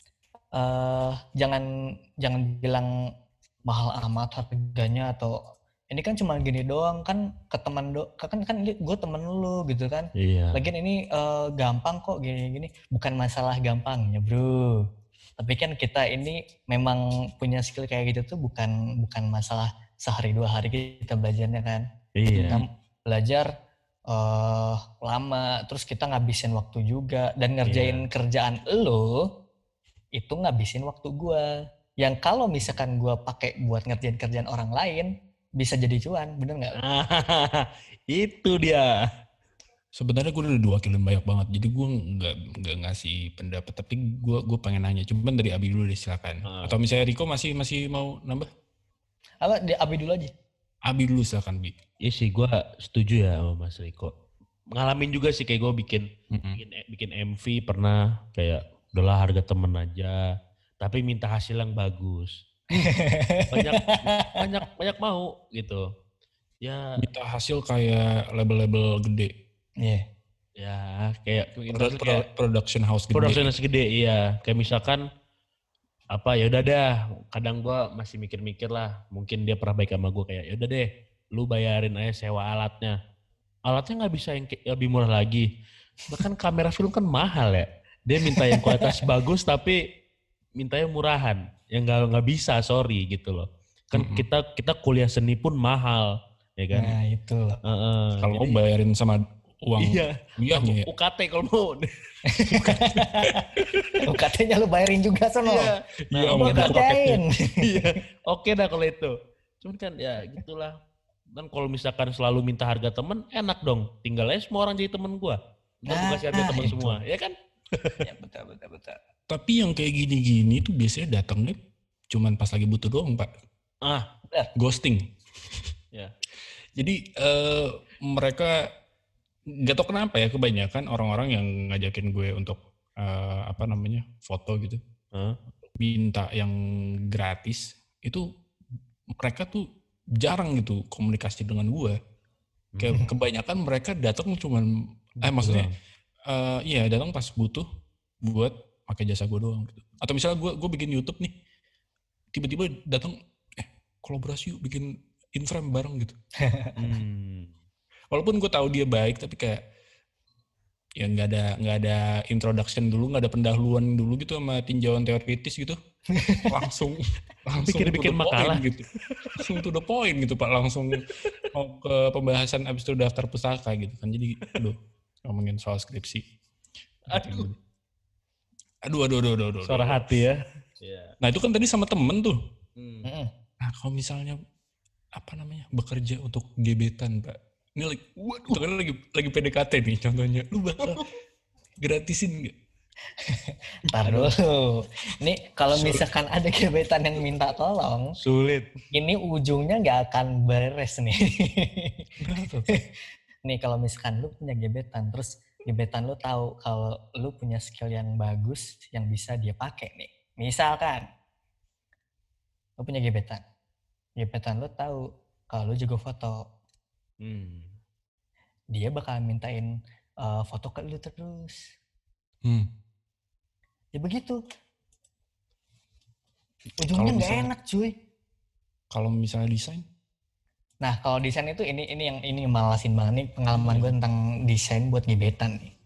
Jangan bilang mahal amat harganya atau ini kan cuma gini doang kan ke teman kan gue temen lu gitu kan. Iya. Lagian ini gampang kok gini bukan masalah gampangnya bro, tapi kan kita ini memang punya skill kayak gitu tuh bukan masalah sehari 2 hari kita belajarnya kan. Iya. Kita belajar lama terus kita ngabisin waktu juga dan ngerjain kerjaan lo itu ngabisin waktu gue yang kalau misalkan gue pakai buat ngerjain kerjaan orang lain bisa jadi cuan, bener nggak? Itu dia. Sebenarnya gue udah diwakilin banyak banget, jadi gue nggak ngasih pendapat, tapi gue pengen nanya. Cuman dari Abi dulu deh, silakan. Atau misalnya Riko masih mau nambah? Apa? Abi dulu aja. Abi dulu silakan, Bi. Iya sih, gue setuju ya sama Mas Riko. Ngalamin juga sih kayak gue bikin MV pernah kayak udahlah harga temen aja, tapi minta hasil yang bagus. banyak mau gitu. Ya. Minta hasil kayak label-label gede. Iya. Ya kayak Production house gede. Production house gede, iya. Kayak misalkan apa ya udah dah. Kadang gue masih mikir-mikir lah. Mungkin dia pernah baik sama gue kayak ya udah deh, lu bayarin aja sewa alatnya. Alatnya nggak bisa yang lebih murah lagi. Bahkan kamera film kan mahal ya. Dia minta yang kualitas bagus tapi mintanya murahan. Yang nggak bisa, sorry gitu loh. Kan kita kuliah seni pun mahal, ya kan? Nah itu. Kalau mau bayarin sama uang iya, kuliahnya ya. UKT kalau mau. UKT-nya lu bayarin juga sono. Iya, mau kerjain. Iya, oke dah kalau itu. Cuman kan ya gitulah. Dan kalau misalkan selalu minta harga temen, enak dong. Tinggal aja semua orang jadi temen gua. Gue kasih harga temen semua, ya kan? Ya betul. Tapi yang kayak gini-gini tuh biasanya datangnya cuman pas lagi butuh doang, Pak. Ghosting. Ya. Jadi mereka nggak tahu kenapa ya, kebanyakan orang-orang yang ngajakin gue untuk foto gitu, minta yang gratis, itu mereka tuh jarang gitu komunikasi dengan gue. Kayak kebanyakan mereka datang cuman datang pas butuh buat pakai jasa gue doang gitu. Atau misalnya gue bikin YouTube nih, tiba-tiba datang kolaborasi yuk bikin inframe bareng gitu. Walaupun gue tahu dia baik, tapi kayak ya nggak ada introduction dulu, nggak ada pendahuluan dulu gitu sama tinjauan teoritis gitu. langsung bikin makalah gitu. Langsung to the point gitu Pak, langsung mau ke pembahasan abis itu daftar pusaka gitu kan. Jadi ngomongin soal skripsi. Aduh. Suara hati ya. Nah itu kan tadi sama temen tuh. Nah kalau misalnya bekerja untuk gebetan Pak. Ini lagi PDKT nih contohnya. Lu bakal gratisin gak? Ntar dulu. Ini kalau misalkan ada gebetan yang minta tolong. Sulit. Ini ujungnya gak akan beres nih. Nih kalau misalkan lu punya gebetan, terus gebetan lu tahu kalau lu punya skill yang bagus yang bisa dia pakai nih. Misalkan lu punya gebetan lu tahu kalau lu jago foto. Dia bakal mintain foto ke lu terus. Ya begitu. Ujungnya nggak enak cuy. Kalau misalnya desain? Nah kalau desain itu ini malasin banget nih pengalaman gue tentang desain buat gebetan nih.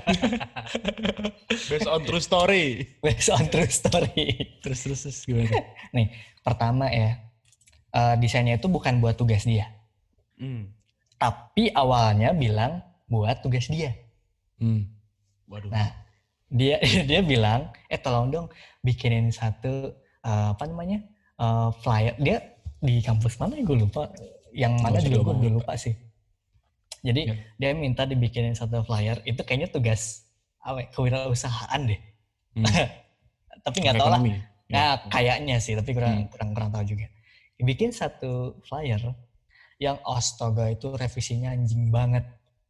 Based on true story. Based on true story. Terus gimana? Nih pertama ya, desainnya itu bukan buat tugas dia. Tapi awalnya bilang buat tugas dia. Waduh. Nah dia bilang, tolong dong bikinin satu flyer. Dia di kampus mana ya gue lupa. Yang mana juga gue udah lupa sih. Jadi dia minta dibikinin satu flyer. Itu kayaknya tugas kewirausahaan deh. Tapi nggak tahu lah. Nah kayaknya sih, tapi kurang tahu juga. Bikin satu flyer yang astaga itu revisinya anjing banget.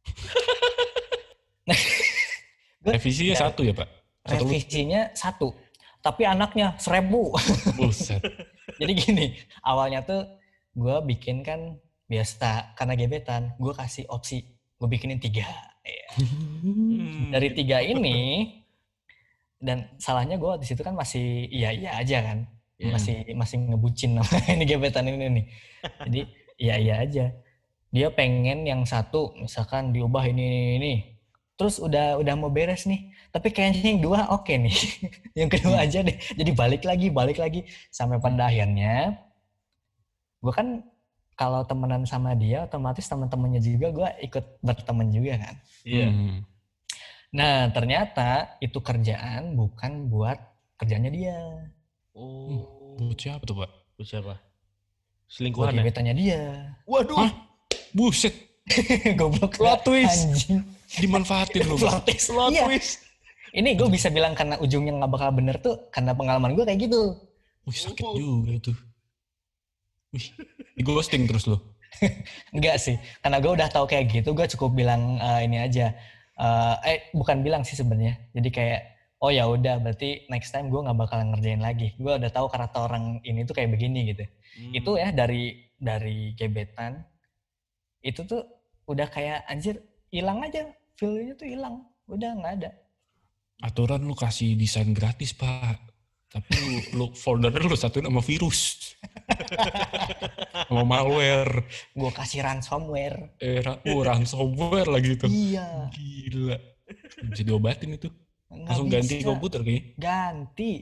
Revisinya satu ya Pak? Revisinya satu, tapi anaknya 1000. Buset. Jadi gini, awalnya tuh gue bikin kan biasa karena gebetan, gue kasih opsi gue bikinin 3. Dari 3 ini, dan salahnya gue di situ kan masih iya aja kan, masih ngebucin nama ini gebetan ini nih. Jadi iya aja. Dia pengen yang satu misalkan diubah ini. Terus udah mau beres nih. Tapi kayaknya yang 2 oke nih. Yang kedua aja deh. Jadi balik lagi. Sampai pada akhirnya, gue kan kalau temenan sama dia, otomatis teman-temannya juga gue ikut berteman juga kan. Iya. Nah ternyata itu kerjaan bukan buat kerjanya dia. Buat siapa tuh Pak? Buat siapa? Buat Selingkuhan gebetannya dia. Waduh. Buset. Goblok. Plot twist. Anjing. Dimanfaatin lu. Plot twist. Ini gue bisa bilang karena ujungnya nggak bakal bener tuh karena pengalaman gue kayak gitu. Wih sakit juga itu. Wih, di ghosting terus lo. Enggak sih, karena gue udah tahu kayak gitu, gue cukup bilang ini aja. Bukan bilang sih sebenarnya. Jadi kayak, oh ya udah, berarti next time gue nggak bakalan ngerjain lagi. Gue udah tahu karakter orang ini tuh kayak begini gitu. Itu ya dari gebetan. Itu tuh udah kayak anjir hilang aja, feel-nya tuh hilang, udah nggak ada. Aturan lu kasih desain gratis Pak, tapi lu foldernya lu satuin sama virus, sama malware. Gue kasih ransomware. Ransomware lagi itu. Iya. Gila. Bisa diobatin itu. Nggak langsung bisa. Ganti komputer kayaknya. Ganti.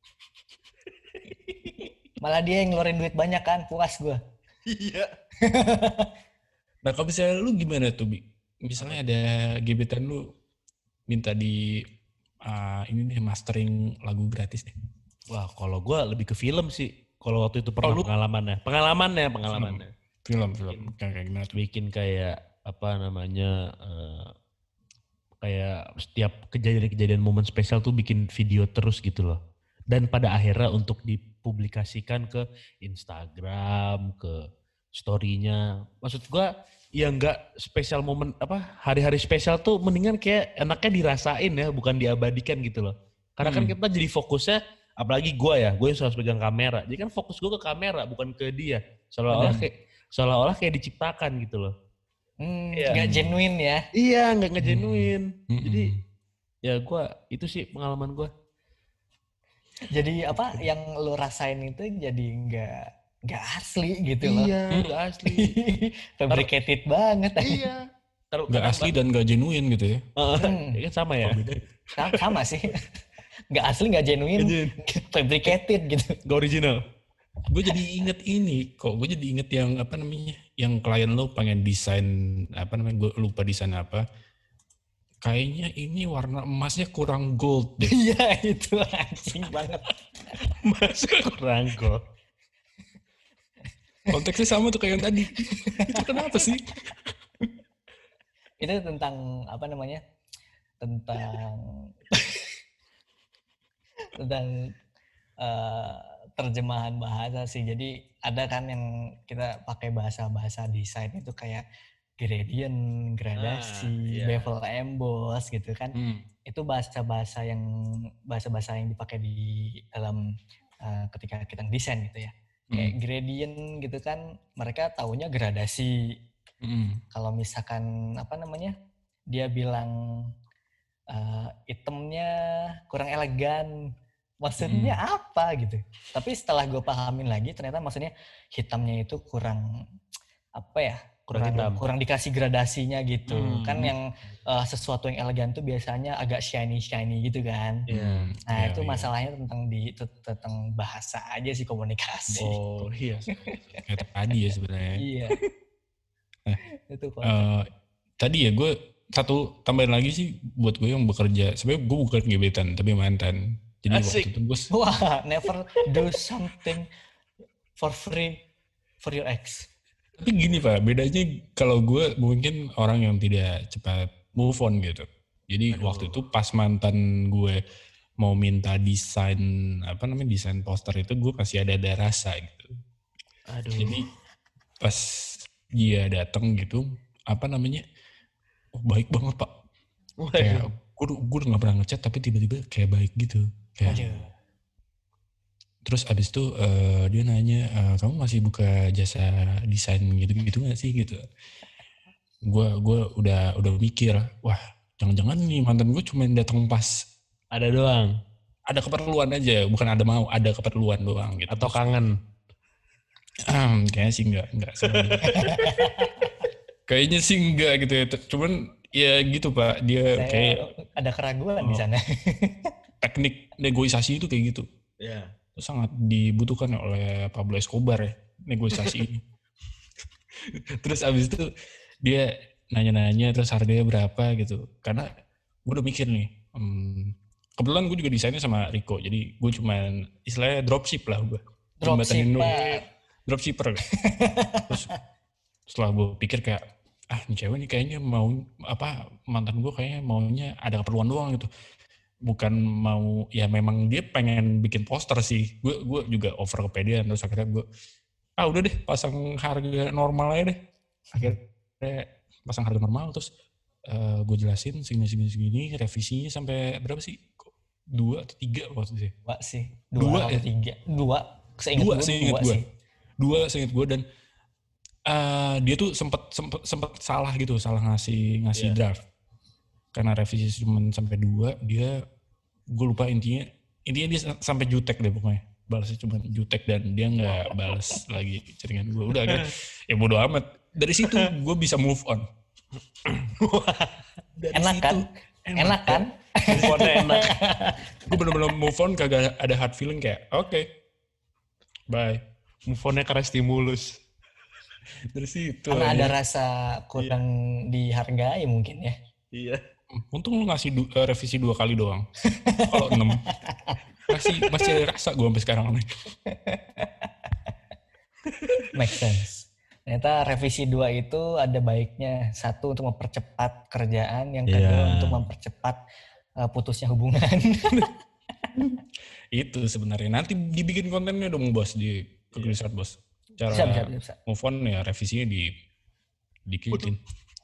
Malah dia yang ngeluarin duit banyak kan, puas gue. Iya. Nah kalau misalnya lu gimana tuh Bi? Misalnya ada gebetan lu minta di ini nih mastering lagu gratis deh. Wah kalau gue lebih ke film sih. Kalau waktu itu pernah pengalamannya. Film kayak gimana tuh? Bikin kayak apa namanya kayak setiap kejadian-kejadian momen spesial tuh bikin video terus gitu loh. Dan pada akhirnya untuk dipublikasikan ke Instagram, ke story-nya. Maksud gue ya nggak spesial momen hari-hari spesial tuh mendingan kayak enaknya dirasain ya, bukan diabadikan gitu loh. Karena kan kita jadi fokusnya, apalagi gue yang harus pegang kamera. Jadi kan fokus gue ke kamera bukan ke dia. Seolah-olah kayak diciptakan gitu loh. Nggak genuine ya. Iya, nggak genuine. Jadi ya gue itu sih pengalaman gue. Jadi apa yang lu rasain itu jadi nggak asli gitu loh. Iya, nggak asli. Fabricated banget. Iya. Nggak asli dan nggak genuine gitu ya. Kan sama ya. Sama sih. Nggak asli, nggak genuine, fabricated gitu. Nggak original. Gue jadi inget gue jadi inget yang apa namanya, yang klien lo pengen desain apa namanya, gue lupa desain apa. Kayaknya ini warna emasnya kurang gold deh. Iya itu anjing banget. Emasnya kurang gold. Konteksnya sama tuh kayak yang tadi. Itu kenapa sih? Itu tentang apa namanya? Tentang terjemahan bahasa sih. Jadi ada kan yang kita pakai bahasa desain itu kayak gradient, gradasi, bevel emboss gitu kan. Itu bahasa-bahasa yang dipakai di dalam ketika kita desain gitu ya. Kayak gradient gitu kan, mereka taunya gradasi. Kalau misalkan apa namanya, dia bilang itemnya kurang elegan. Maksudnya apa gitu. Tapi setelah gue pahamin lagi ternyata maksudnya hitamnya itu kurang apa ya? Kurang dikasih gradasinya gitu. Kan yang sesuatu yang elegan tuh biasanya agak shiny gitu kan. Nah, itu masalahnya tentang bahasa aja sih, komunikasi. Oh iya, kayak tadi ya sebenarnya. Iya. Nah, Itu tadi ya gue satu tambahan lagi sih buat gue yang bekerja. Sebenarnya gue bukan gebetan tapi mantan. Jadi waktu itu gue wah, never do something for free for your ex. Tapi gini Pak, bedanya kalau gue mungkin orang yang tidak cepat move on gitu. Jadi waktu itu pas mantan gue mau minta desain desain poster itu, gue masih ada rasa gitu. Jadi pas dia datang gitu, baik banget Pak. Kayak gue udah nggak pernah ngechat tapi tiba-tiba kayak baik gitu. Kayak terus abis itu dia nanya, kamu masih buka jasa desain gitu nggak sih gitu. Gue udah mikir, wah jangan-jangan nih mantan gue cuma datang pas ada doang, ada keperluan aja, bukan ada keperluan doang gitu. Atau kangen? Kayaknya sih enggak sebenarnya. Kayaknya sih enggak gitu ya. Cuman ya gitu Pak, dia kayak ada keraguan di sana. Teknik negosiasi itu kayak gitu. Iya. Sangat dibutuhkan oleh Pablo Escobar ya, negosiasi ini. Terus abis itu dia nanya-nanya terus harganya berapa gitu. Karena gue udah mikir nih, kebetulan gue juga desainnya sama Rico, jadi gue cuman istilahnya dropship lah gue. Dropshipper. Terus setelah gue pikir kayak, ini cewek nih kayaknya mau mantan gue kayaknya maunya ada keperluan doang gitu. Bukan mau, ya memang dia pengen bikin poster sih. Gue juga over kepedean, terus akhirnya gue udah deh pasang harga normal aja deh. Akhirnya pasang harga normal, terus gue jelasin segini revisinya sampai berapa sih? 2 atau 3 waktu itu? 2 sih. 2 atau 3. 2. Seingat gue dan dia tuh sempet salah gitu, salah ngasih draft. Karena revisi cuma sampai 2, gue lupa intinya dia sampai jutek deh pokoknya. Balasnya cuma jutek dan dia nggak balas lagi chattingan gue. Udah kan, ya bodo amat. Dari situ gue bisa move on. Enak kan? Move on enak. Gue bener-bener move on, kagak ada hard feeling kayak oke, bye. Move on-nya karena stimulus. Dari situ karena ada rasa kurang dihargai mungkin ya. Iya. Untung lu ngasih revisi 2 kali doang. Kalau 6 masih ada rasa gue sampai sekarang nih. Make sense. Ternyata revisi 2 itu ada baiknya. 1 untuk mempercepat kerjaan, yang kedua untuk mempercepat putusnya hubungan. Itu sebenarnya. Nanti dibikin kontennya dong Bos di kegelisahan Bos. Cara bisa. Move on ya revisinya dikitin.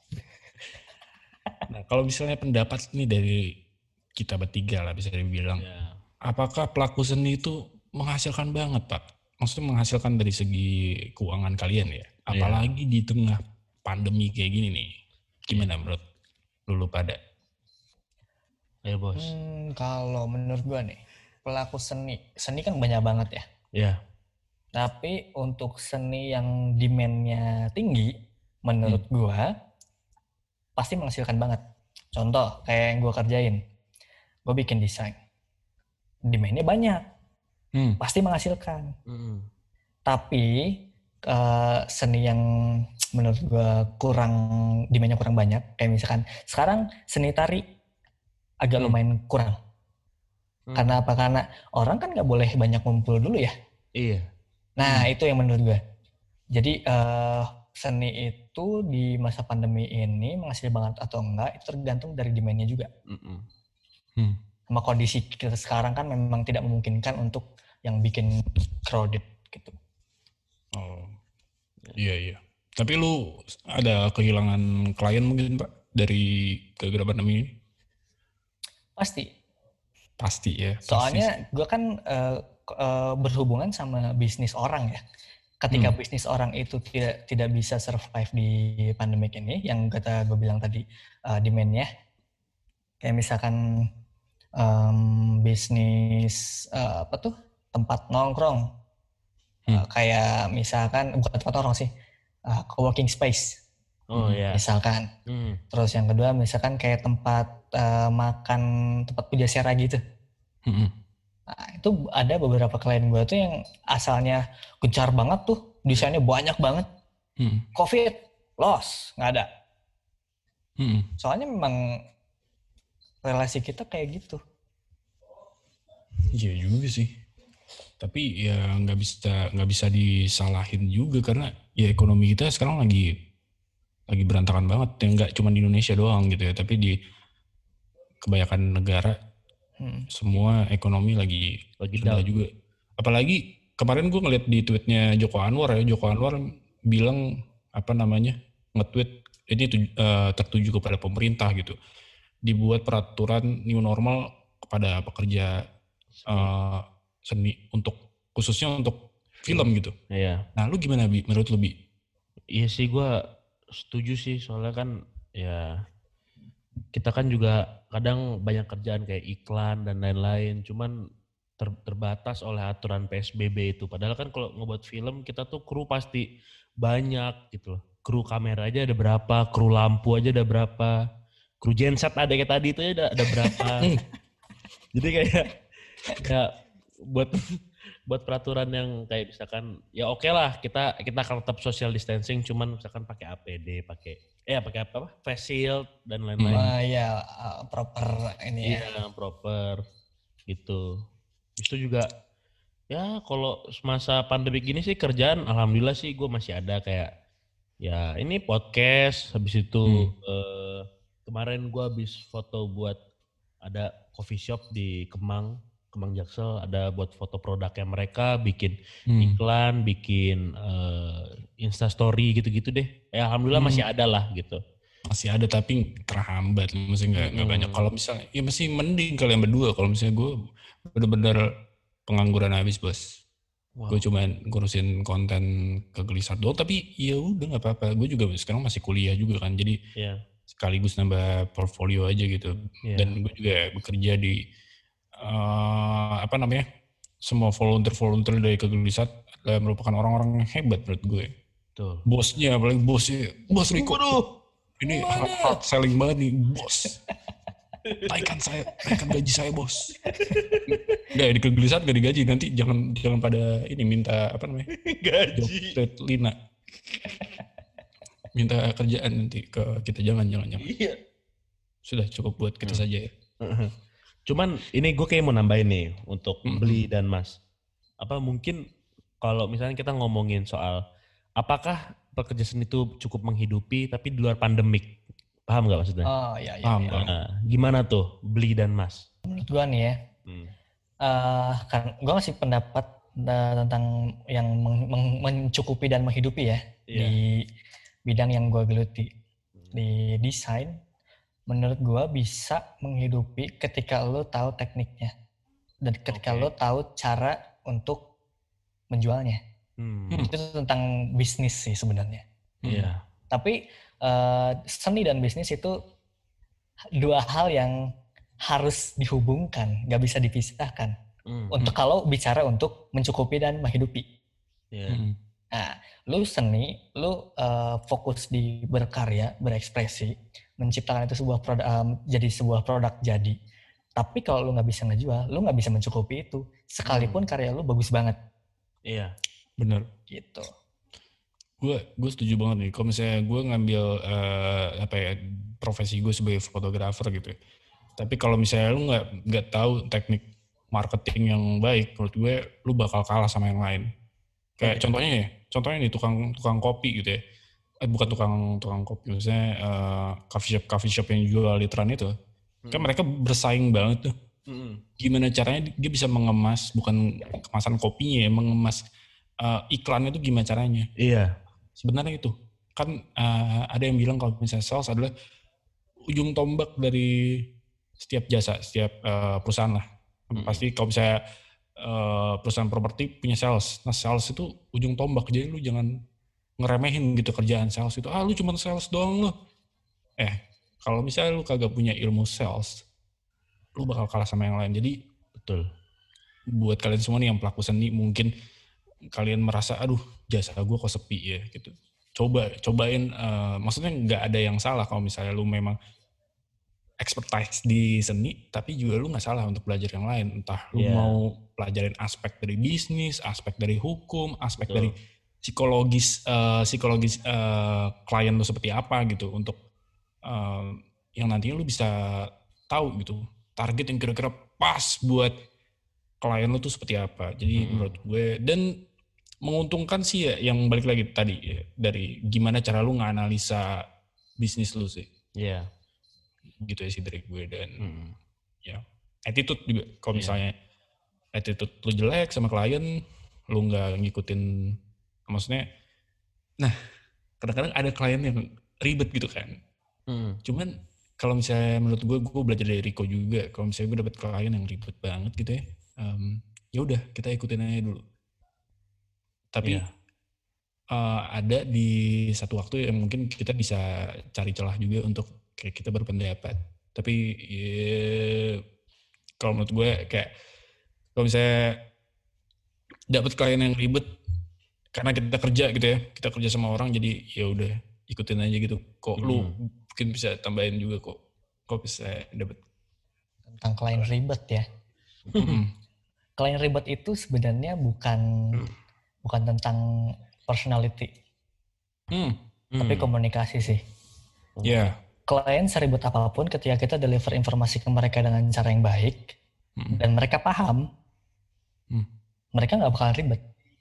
Nah kalau misalnya pendapat nih dari kita bertiga lah bisa dibilang, apakah pelaku seni itu menghasilkan banget Pak? Maksudnya menghasilkan dari segi keuangan kalian ya? Apalagi di tengah pandemi kayak gini nih. Gimana menurut lu pada? Ya Bos. Kalau menurut gua nih, pelaku seni kan banyak banget ya. Iya. Tapi untuk seni yang demand-nya tinggi, menurut gua pasti menghasilkan banget. Contoh kayak yang gua kerjain, gua bikin desain, demand-nya banyak, pasti menghasilkan. Tapi seni yang menurut gua demand-nya kurang banyak, kayak misalkan sekarang seni tari agak lumayan kurang. Karena apa? Karena orang kan nggak boleh banyak ngumpul dulu ya. Iya. Nah itu yang menurut gue. Jadi seni itu di masa pandemi ini menghasilkan banget atau enggak itu tergantung dari demand-nya juga. Sama kondisi kita sekarang kan memang tidak memungkinkan untuk yang bikin crowded gitu. Oh iya. Tapi lu ada kehilangan klien mungkin Pak dari gara-gara pandemi ini? Pasti ya. Soalnya gue kan berhubungan sama bisnis orang ya. Ketika bisnis orang itu tidak bisa survive di pandemik ini, yang kata gue bilang tadi demand-nya Kayak misalkan bisnis tempat nongkrong. Kayak misalkan bukan tempat nongkrong sih, coworking space. Oh ya. Misalkan. Terus yang kedua misalkan kayak tempat makan, tempat pujasera gitu. Nah, itu ada beberapa klien gue tuh yang asalnya gencar banget tuh, desainnya banyak banget. Covid, loss, nggak ada. Soalnya memang relasi kita kayak gitu. Iya juga sih. Tapi ya nggak bisa disalahin juga karena ya ekonomi kita sekarang lagi berantakan banget. Ya nggak cuma di Indonesia doang gitu ya, tapi di kebanyakan negara semua ekonomi lagi down juga. Apalagi kemarin gue ngeliat di tweetnya Joko Anwar bilang nge-tweet ini tertuju kepada pemerintah gitu, dibuat peraturan new normal kepada pekerja seni khususnya untuk film gitu. Iya. Nah lu gimana Bi? Menurut lu Bi? Iya sih gue setuju sih, soalnya kan ya kita kan juga kadang banyak kerjaan kayak iklan dan lain-lain, cuman terbatas oleh aturan PSBB itu. Padahal kan kalau ngebuat film kita tuh kru pasti banyak gitu loh. Kru kamera aja ada berapa, kru lampu aja ada berapa, kru genset ada kayak tadi itu ada berapa. Jadi kayak buat peraturan yang kayak misalkan ya oke lah kita akan tetap social distancing, cuman misalkan pakai APD, pakai apa face shield dan lain-lain. Proper ini ya. Iya, proper gitu. Itu juga ya kalau semasa pandemi gini sih kerjaan alhamdulillah sih gue masih ada, kayak ya ini podcast, habis itu kemarin gue habis foto buat ada coffee shop di Kemang Jaksel, ada buat foto produknya mereka, bikin iklan, bikin Instastory gitu-gitu deh. Ya alhamdulillah masih ada lah gitu. Masih ada tapi terhambat, maksudnya nggak banyak. Kalau misalnya ya masih mending kalian berdua. Kalau misalnya gue bener-bener pengangguran habis bos. Gue cuma ngurusin konten kegelisahan doang, tapi ya udah nggak apa-apa. Gue juga sekarang masih kuliah juga kan, jadi sekaligus nambah portfolio aja gitu. Dan gue juga bekerja di semua volunteer dari kegelisahan merupakan orang-orang yang hebat menurut gue. Tuh. Bosnya, apalagi bos Riko. Ini hard selling banget nih bos. Naikkan gaji saya bos. Nggak, di kegelisahan gak digaji, nanti jangan pada ini minta gaji Lina. Minta kerjaan nanti ke kita, jangan. Iya. Sudah cukup buat kita saja ya. Cuman ini gue kayak mau nambahin nih untuk Bli dan Mas. Apa mungkin kalau misalnya kita ngomongin soal apakah pekerja seni itu cukup menghidupi tapi di luar pandemik? Paham gak maksudnya? Oh iya. Paham. Gimana tuh Bli dan Mas? Menurut gue nih ya, kan gue ngasih pendapat tentang yang mencukupi dan menghidupi ya di bidang yang gue geluti di desain. Menurut gue bisa menghidupi ketika lo tahu tekniknya dan ketika lo tahu cara untuk menjualnya. Itu tentang bisnis sih sebenarnya. Tapi seni dan bisnis itu dua hal yang harus dihubungkan, nggak bisa dipisahkan. Untuk kalau bicara untuk mencukupi dan menghidupi. Nah, lu seni, lu fokus di berkarya, berekspresi, menciptakan itu sebuah produk, jadi sebuah produk jadi. Tapi kalau lu nggak bisa ngejual, lu nggak bisa mencukupi itu, sekalipun karya lu bagus banget. Iya, benar. Gitu. Gue setuju banget nih. Kalau misalnya gue ngambil profesi gue sebagai fotografer gitu. Tapi kalau misalnya lu nggak tahu teknik marketing yang baik, menurut gue lu bakal kalah sama yang lain. Kayak contohnya nih tukang kopi gitu ya. Bukan tukang kopi, misalnya coffee shop yang jual literan itu. Kan mereka bersaing banget tuh. Gimana caranya dia bisa mengemas, bukan kemasan kopinya ya, mengemas iklannya itu gimana caranya? Iya. Sebenarnya itu kan ada yang bilang kalau misalnya sales adalah ujung tombak dari setiap jasa, setiap perusahaan lah. Pasti kalau misalnya perusahaan properti punya sales. Nah sales itu ujung tombak, jadi lu jangan ngeremehin gitu kerjaan sales itu. Lu cuma sales doang lu. Kalau misalnya lu kagak punya ilmu sales, lu bakal kalah sama yang lain. Jadi Betul. buat kalian semua nih yang pelaku seni, mungkin kalian merasa aduh jasa gue kok sepi ya gitu. Cobain, maksudnya nggak ada yang salah kalau misalnya lu memang expertise di seni, tapi juga lu nggak salah untuk belajar yang lain. Entah lu mau pelajarin aspek dari bisnis, aspek dari hukum, aspek dari psikologis klien lu seperti apa gitu, untuk yang nantinya lu bisa tahu gitu target yang kira-kira pas buat klien lu tuh seperti apa. Jadi menurut gue, dan menguntungkan sih ya yang balik lagi tadi ya, dari gimana cara lu nganalisa bisnis lu sih. Iya. Gitu ya sih dari gue. Dan ya attitude juga, kalau misalnya attitude lu jelek sama klien, lu nggak ngikutin, maksudnya nah kadang-kadang ada klien yang ribet gitu kan. Cuman kalau misalnya menurut gue belajar dari Rico juga, kalau misalnya gue dapet klien yang ribet banget gitu ya, ya udah kita ikutin aja dulu. Tapi ada di satu waktu yang mungkin kita bisa cari celah juga untuk kayak kita berpendapat. Tapi ya, kalau menurut gue kayak kalau misalnya dapet klien yang ribet karena kita kerja gitu ya, kita kerja sama orang, jadi ya udah ikutin aja gitu. Kok lu mungkin bisa tambahin juga kok bisa dapet Tentang klien ribet ya. Klien ribet itu sebenarnya bukan tentang personality, tapi komunikasi sih. Ya. Klien seribet apapun, ketika kita deliver informasi ke mereka dengan cara yang baik dan mereka paham, mereka nggak bakalan ribet.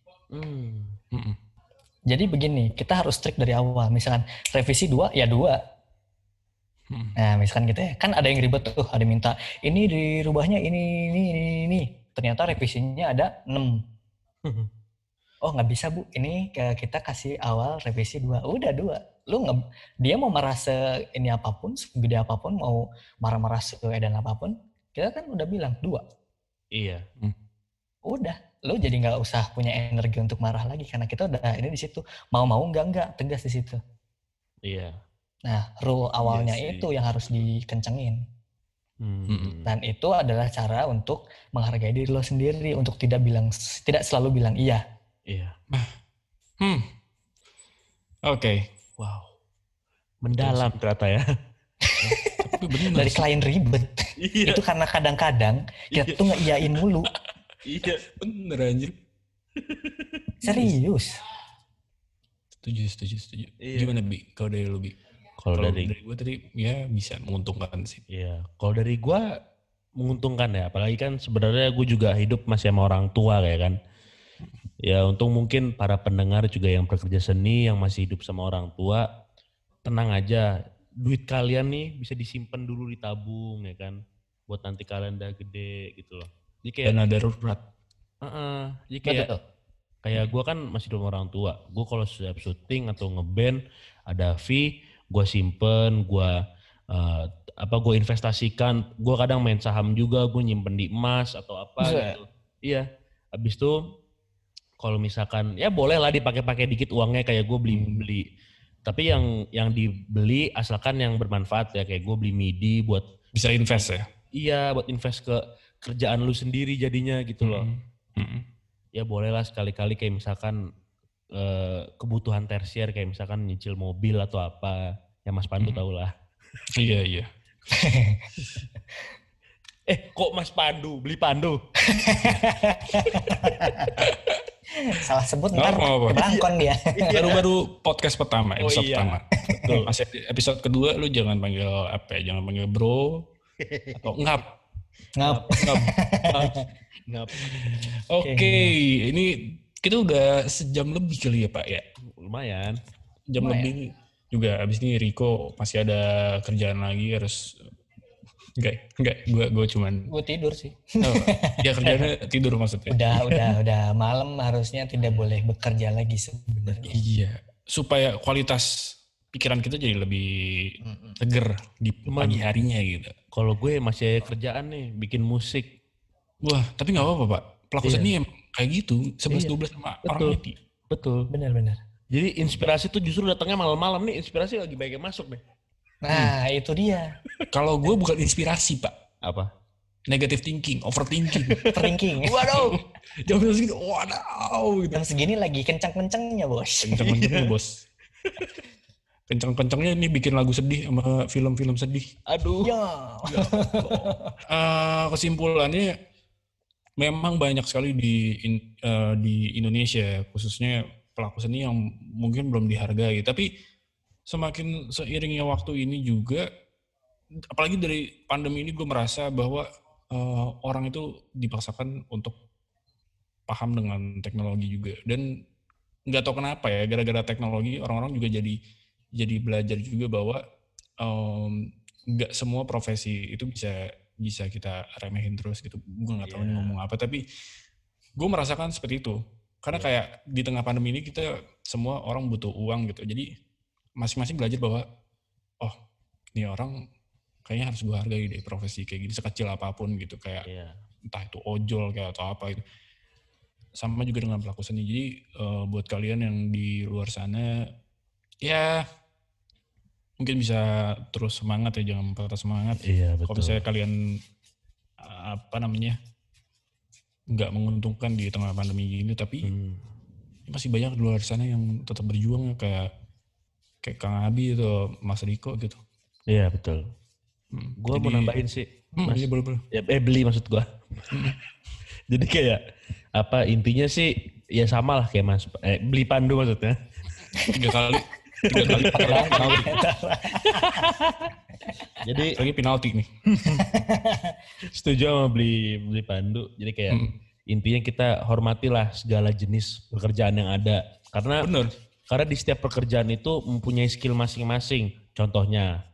Jadi begini, kita harus strict dari awal. Misalkan revisi 2 ya 2. Nah misalkan gitu ya, kan ada yang ribet tuh, ada yang minta ini dirubahnya ini. Ternyata revisinya ada 6. Oh nggak bisa bu, ini kita kasih awal revisi 2. Udah 2. Lu nggak, dia mau marah ini apapun, segede apapun, mau marah-marah seedan apapun, kita kan udah bilang 2. Iya. Udah, lu jadi nggak usah punya energi untuk marah lagi karena kita udah ini di situ. Mau nggak tegas di situ. Iya. Nah, rule awalnya itu yang harus dikencengin. Dan itu adalah cara untuk menghargai diri lo sendiri, untuk tidak selalu bilang iya. Iya. Oke. Wow. Mendalam ternyata ya. Tapi bener dari sih. klien ribet. Iya. Itu karena kadang-kadang kita tuh ngeiyain mulu. Iya. Bener anjir. Serius. Setuju. Iya. Gimana Bi? Kalau dari lu Bi? Kalau dari gue tadi ya bisa menguntungkan sih. Iya. Kalau dari gue menguntungkan ya. Apalagi kan sebenarnya gue juga hidup masih sama orang tua kayak kan. Ya untung mungkin para pendengar juga yang bekerja seni yang masih hidup sama orang tua, tenang aja. Duit kalian nih bisa disimpan dulu, ditabung ya kan. Buat nanti kalian udah gede gitu loh. Jadi kayak Dana darurat. Jadi kayak gue kan masih hidup sama orang tua. Gue kalau siap syuting atau ngeband ada fee, gue simpen, gue investasikan. Gue kadang main saham juga, gue nyimpen di emas atau apa gitu. Iya. Habis itu kalau misalkan ya boleh lah dipakai-pakai dikit uangnya, kayak gue beli. Tapi yang dibeli asalkan yang bermanfaat ya, kayak gue beli MIDI buat bisa invest ya. Iya, buat invest ke kerjaan lu sendiri jadinya gitu loh. Ya bolehlah sekali-kali kayak misalkan kebutuhan tersier, kayak misalkan nyicil mobil atau apa. Ya Mas Pandu tau lah. Iya. Kok Mas Pandu beli Pandu? Salah sebut ntar kebangkon dia. Baru podcast pertama, episode pertama. Betul. Masih episode kedua lu jangan panggil apa ya, jangan panggil bro atau ngap. Oke, ini kita udah sejam lebih kali ya Pak ya. Lumayan. Jam lebih juga. Abis ini Rico masih ada kerjaan lagi, harus Enggak, gue cuman... Gue tidur sih. Ya kerjanya tidur maksudnya. Udah malam, harusnya tidak boleh bekerja lagi sebenarnya. Iya, supaya kualitas pikiran kita jadi lebih seger di pagi harinya gitu. Kalau gue masih kerjaan nih, bikin musik. Wah, tapi gak apa-apa Pak. Pelaku seni emang kayak gitu, 11-12 sama orang IT. Betul. Benar. Jadi inspirasi tuh justru datangnya malam-malam nih, inspirasi lagi banyak masuk nih. Nah itu dia. Kalau gue bukan inspirasi Pak. Apa? negative thinking, overthinking. Overthinking. Waduh, jam segitu, waduh. Gitu. Jam segini lagi kencang-kencangnya bos. Kenceng-kencengnya bos. Kenceng-kencengnya ini bikin lagu sedih sama film-film sedih. Aduh. Ya. Kesimpulannya memang banyak sekali di Indonesia, khususnya pelaku seni yang mungkin belum dihargai. Tapi semakin seiringnya waktu ini juga, apalagi dari pandemi ini, gue merasa bahwa orang itu dipaksakan untuk paham dengan teknologi juga. Dan nggak tahu kenapa ya, gara-gara teknologi orang-orang juga jadi belajar juga bahwa nggak semua profesi itu bisa kita remehin terus gitu. Gue nggak tahu ini ngomong apa, tapi gue merasakan seperti itu. Karena kayak di tengah pandemi ini kita semua orang butuh uang gitu. Jadi masing-masing belajar bahwa oh ini orang kayaknya harus gue hargai deh profesi kayak gini, sekecil apapun gitu, kayak entah itu ojol kayak atau apa gitu. Sama juga dengan pelaku seni. Jadi buat kalian yang di luar sana, ya mungkin bisa terus semangat ya, jangan patah semangat. Iya, betul. Kalau misalnya kalian nggak menguntungkan di tengah pandemi ini, tapi masih banyak di luar sana yang tetap berjuang, kayak Kang Abi atau Mas Riko gitu. Iya, betul. Gue mau nambahin sih, Mas. Iya, boleh. Beli maksud gue. Jadi kayak intinya sih ya sama lah kayak Mas. Beli pandu maksudnya. 3 kali. Jadi lagi penalti nih. Setuju sama beli pandu. Jadi kayak intinya kita hormatilah segala jenis pekerjaan yang ada. Karena di setiap pekerjaan itu mempunyai skill masing-masing. Contohnya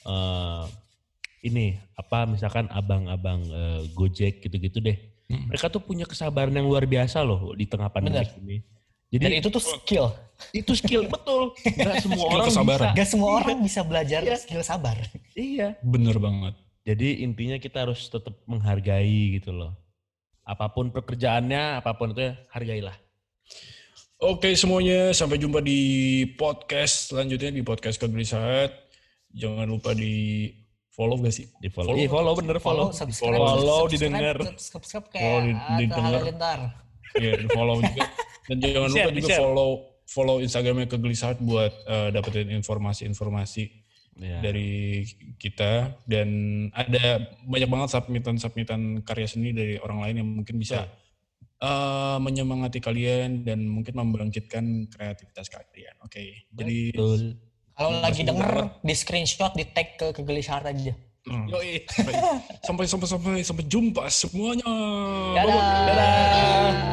misalkan abang-abang Gojek gitu-gitu deh. Mereka tuh punya kesabaran yang luar biasa loh di tengah pandemi ini. Jadi dan itu tuh skill. Itu skill, betul. Gak semua orang kesabaran. Gak semua orang bisa belajar skill sabar. Iya. Bener banget. Jadi intinya kita harus tetap menghargai gitu loh. Apapun pekerjaannya, apapun itu hargailah. Oke semuanya, sampai jumpa di podcast selanjutnya, di podcast Kegelisahan. Jangan lupa di follow gak sih? Di follow. Iya, follow bener, follow. Follow, didengar. Subscribe kayak Halilintar. Iya, di follow juga. Dan jangan lupa juga follow Instagramnya Kegelisahan buat dapetin informasi-informasi dari kita. Dan ada banyak banget submitan karya seni dari orang lain yang mungkin bisa menyemangati kalian dan mungkin membangkitkan kreativitas kalian. Oke. Jadi kalau lagi denger di screenshot, di tag ke Kegelisahan aja. Sampai jumpa semuanya. Dadah.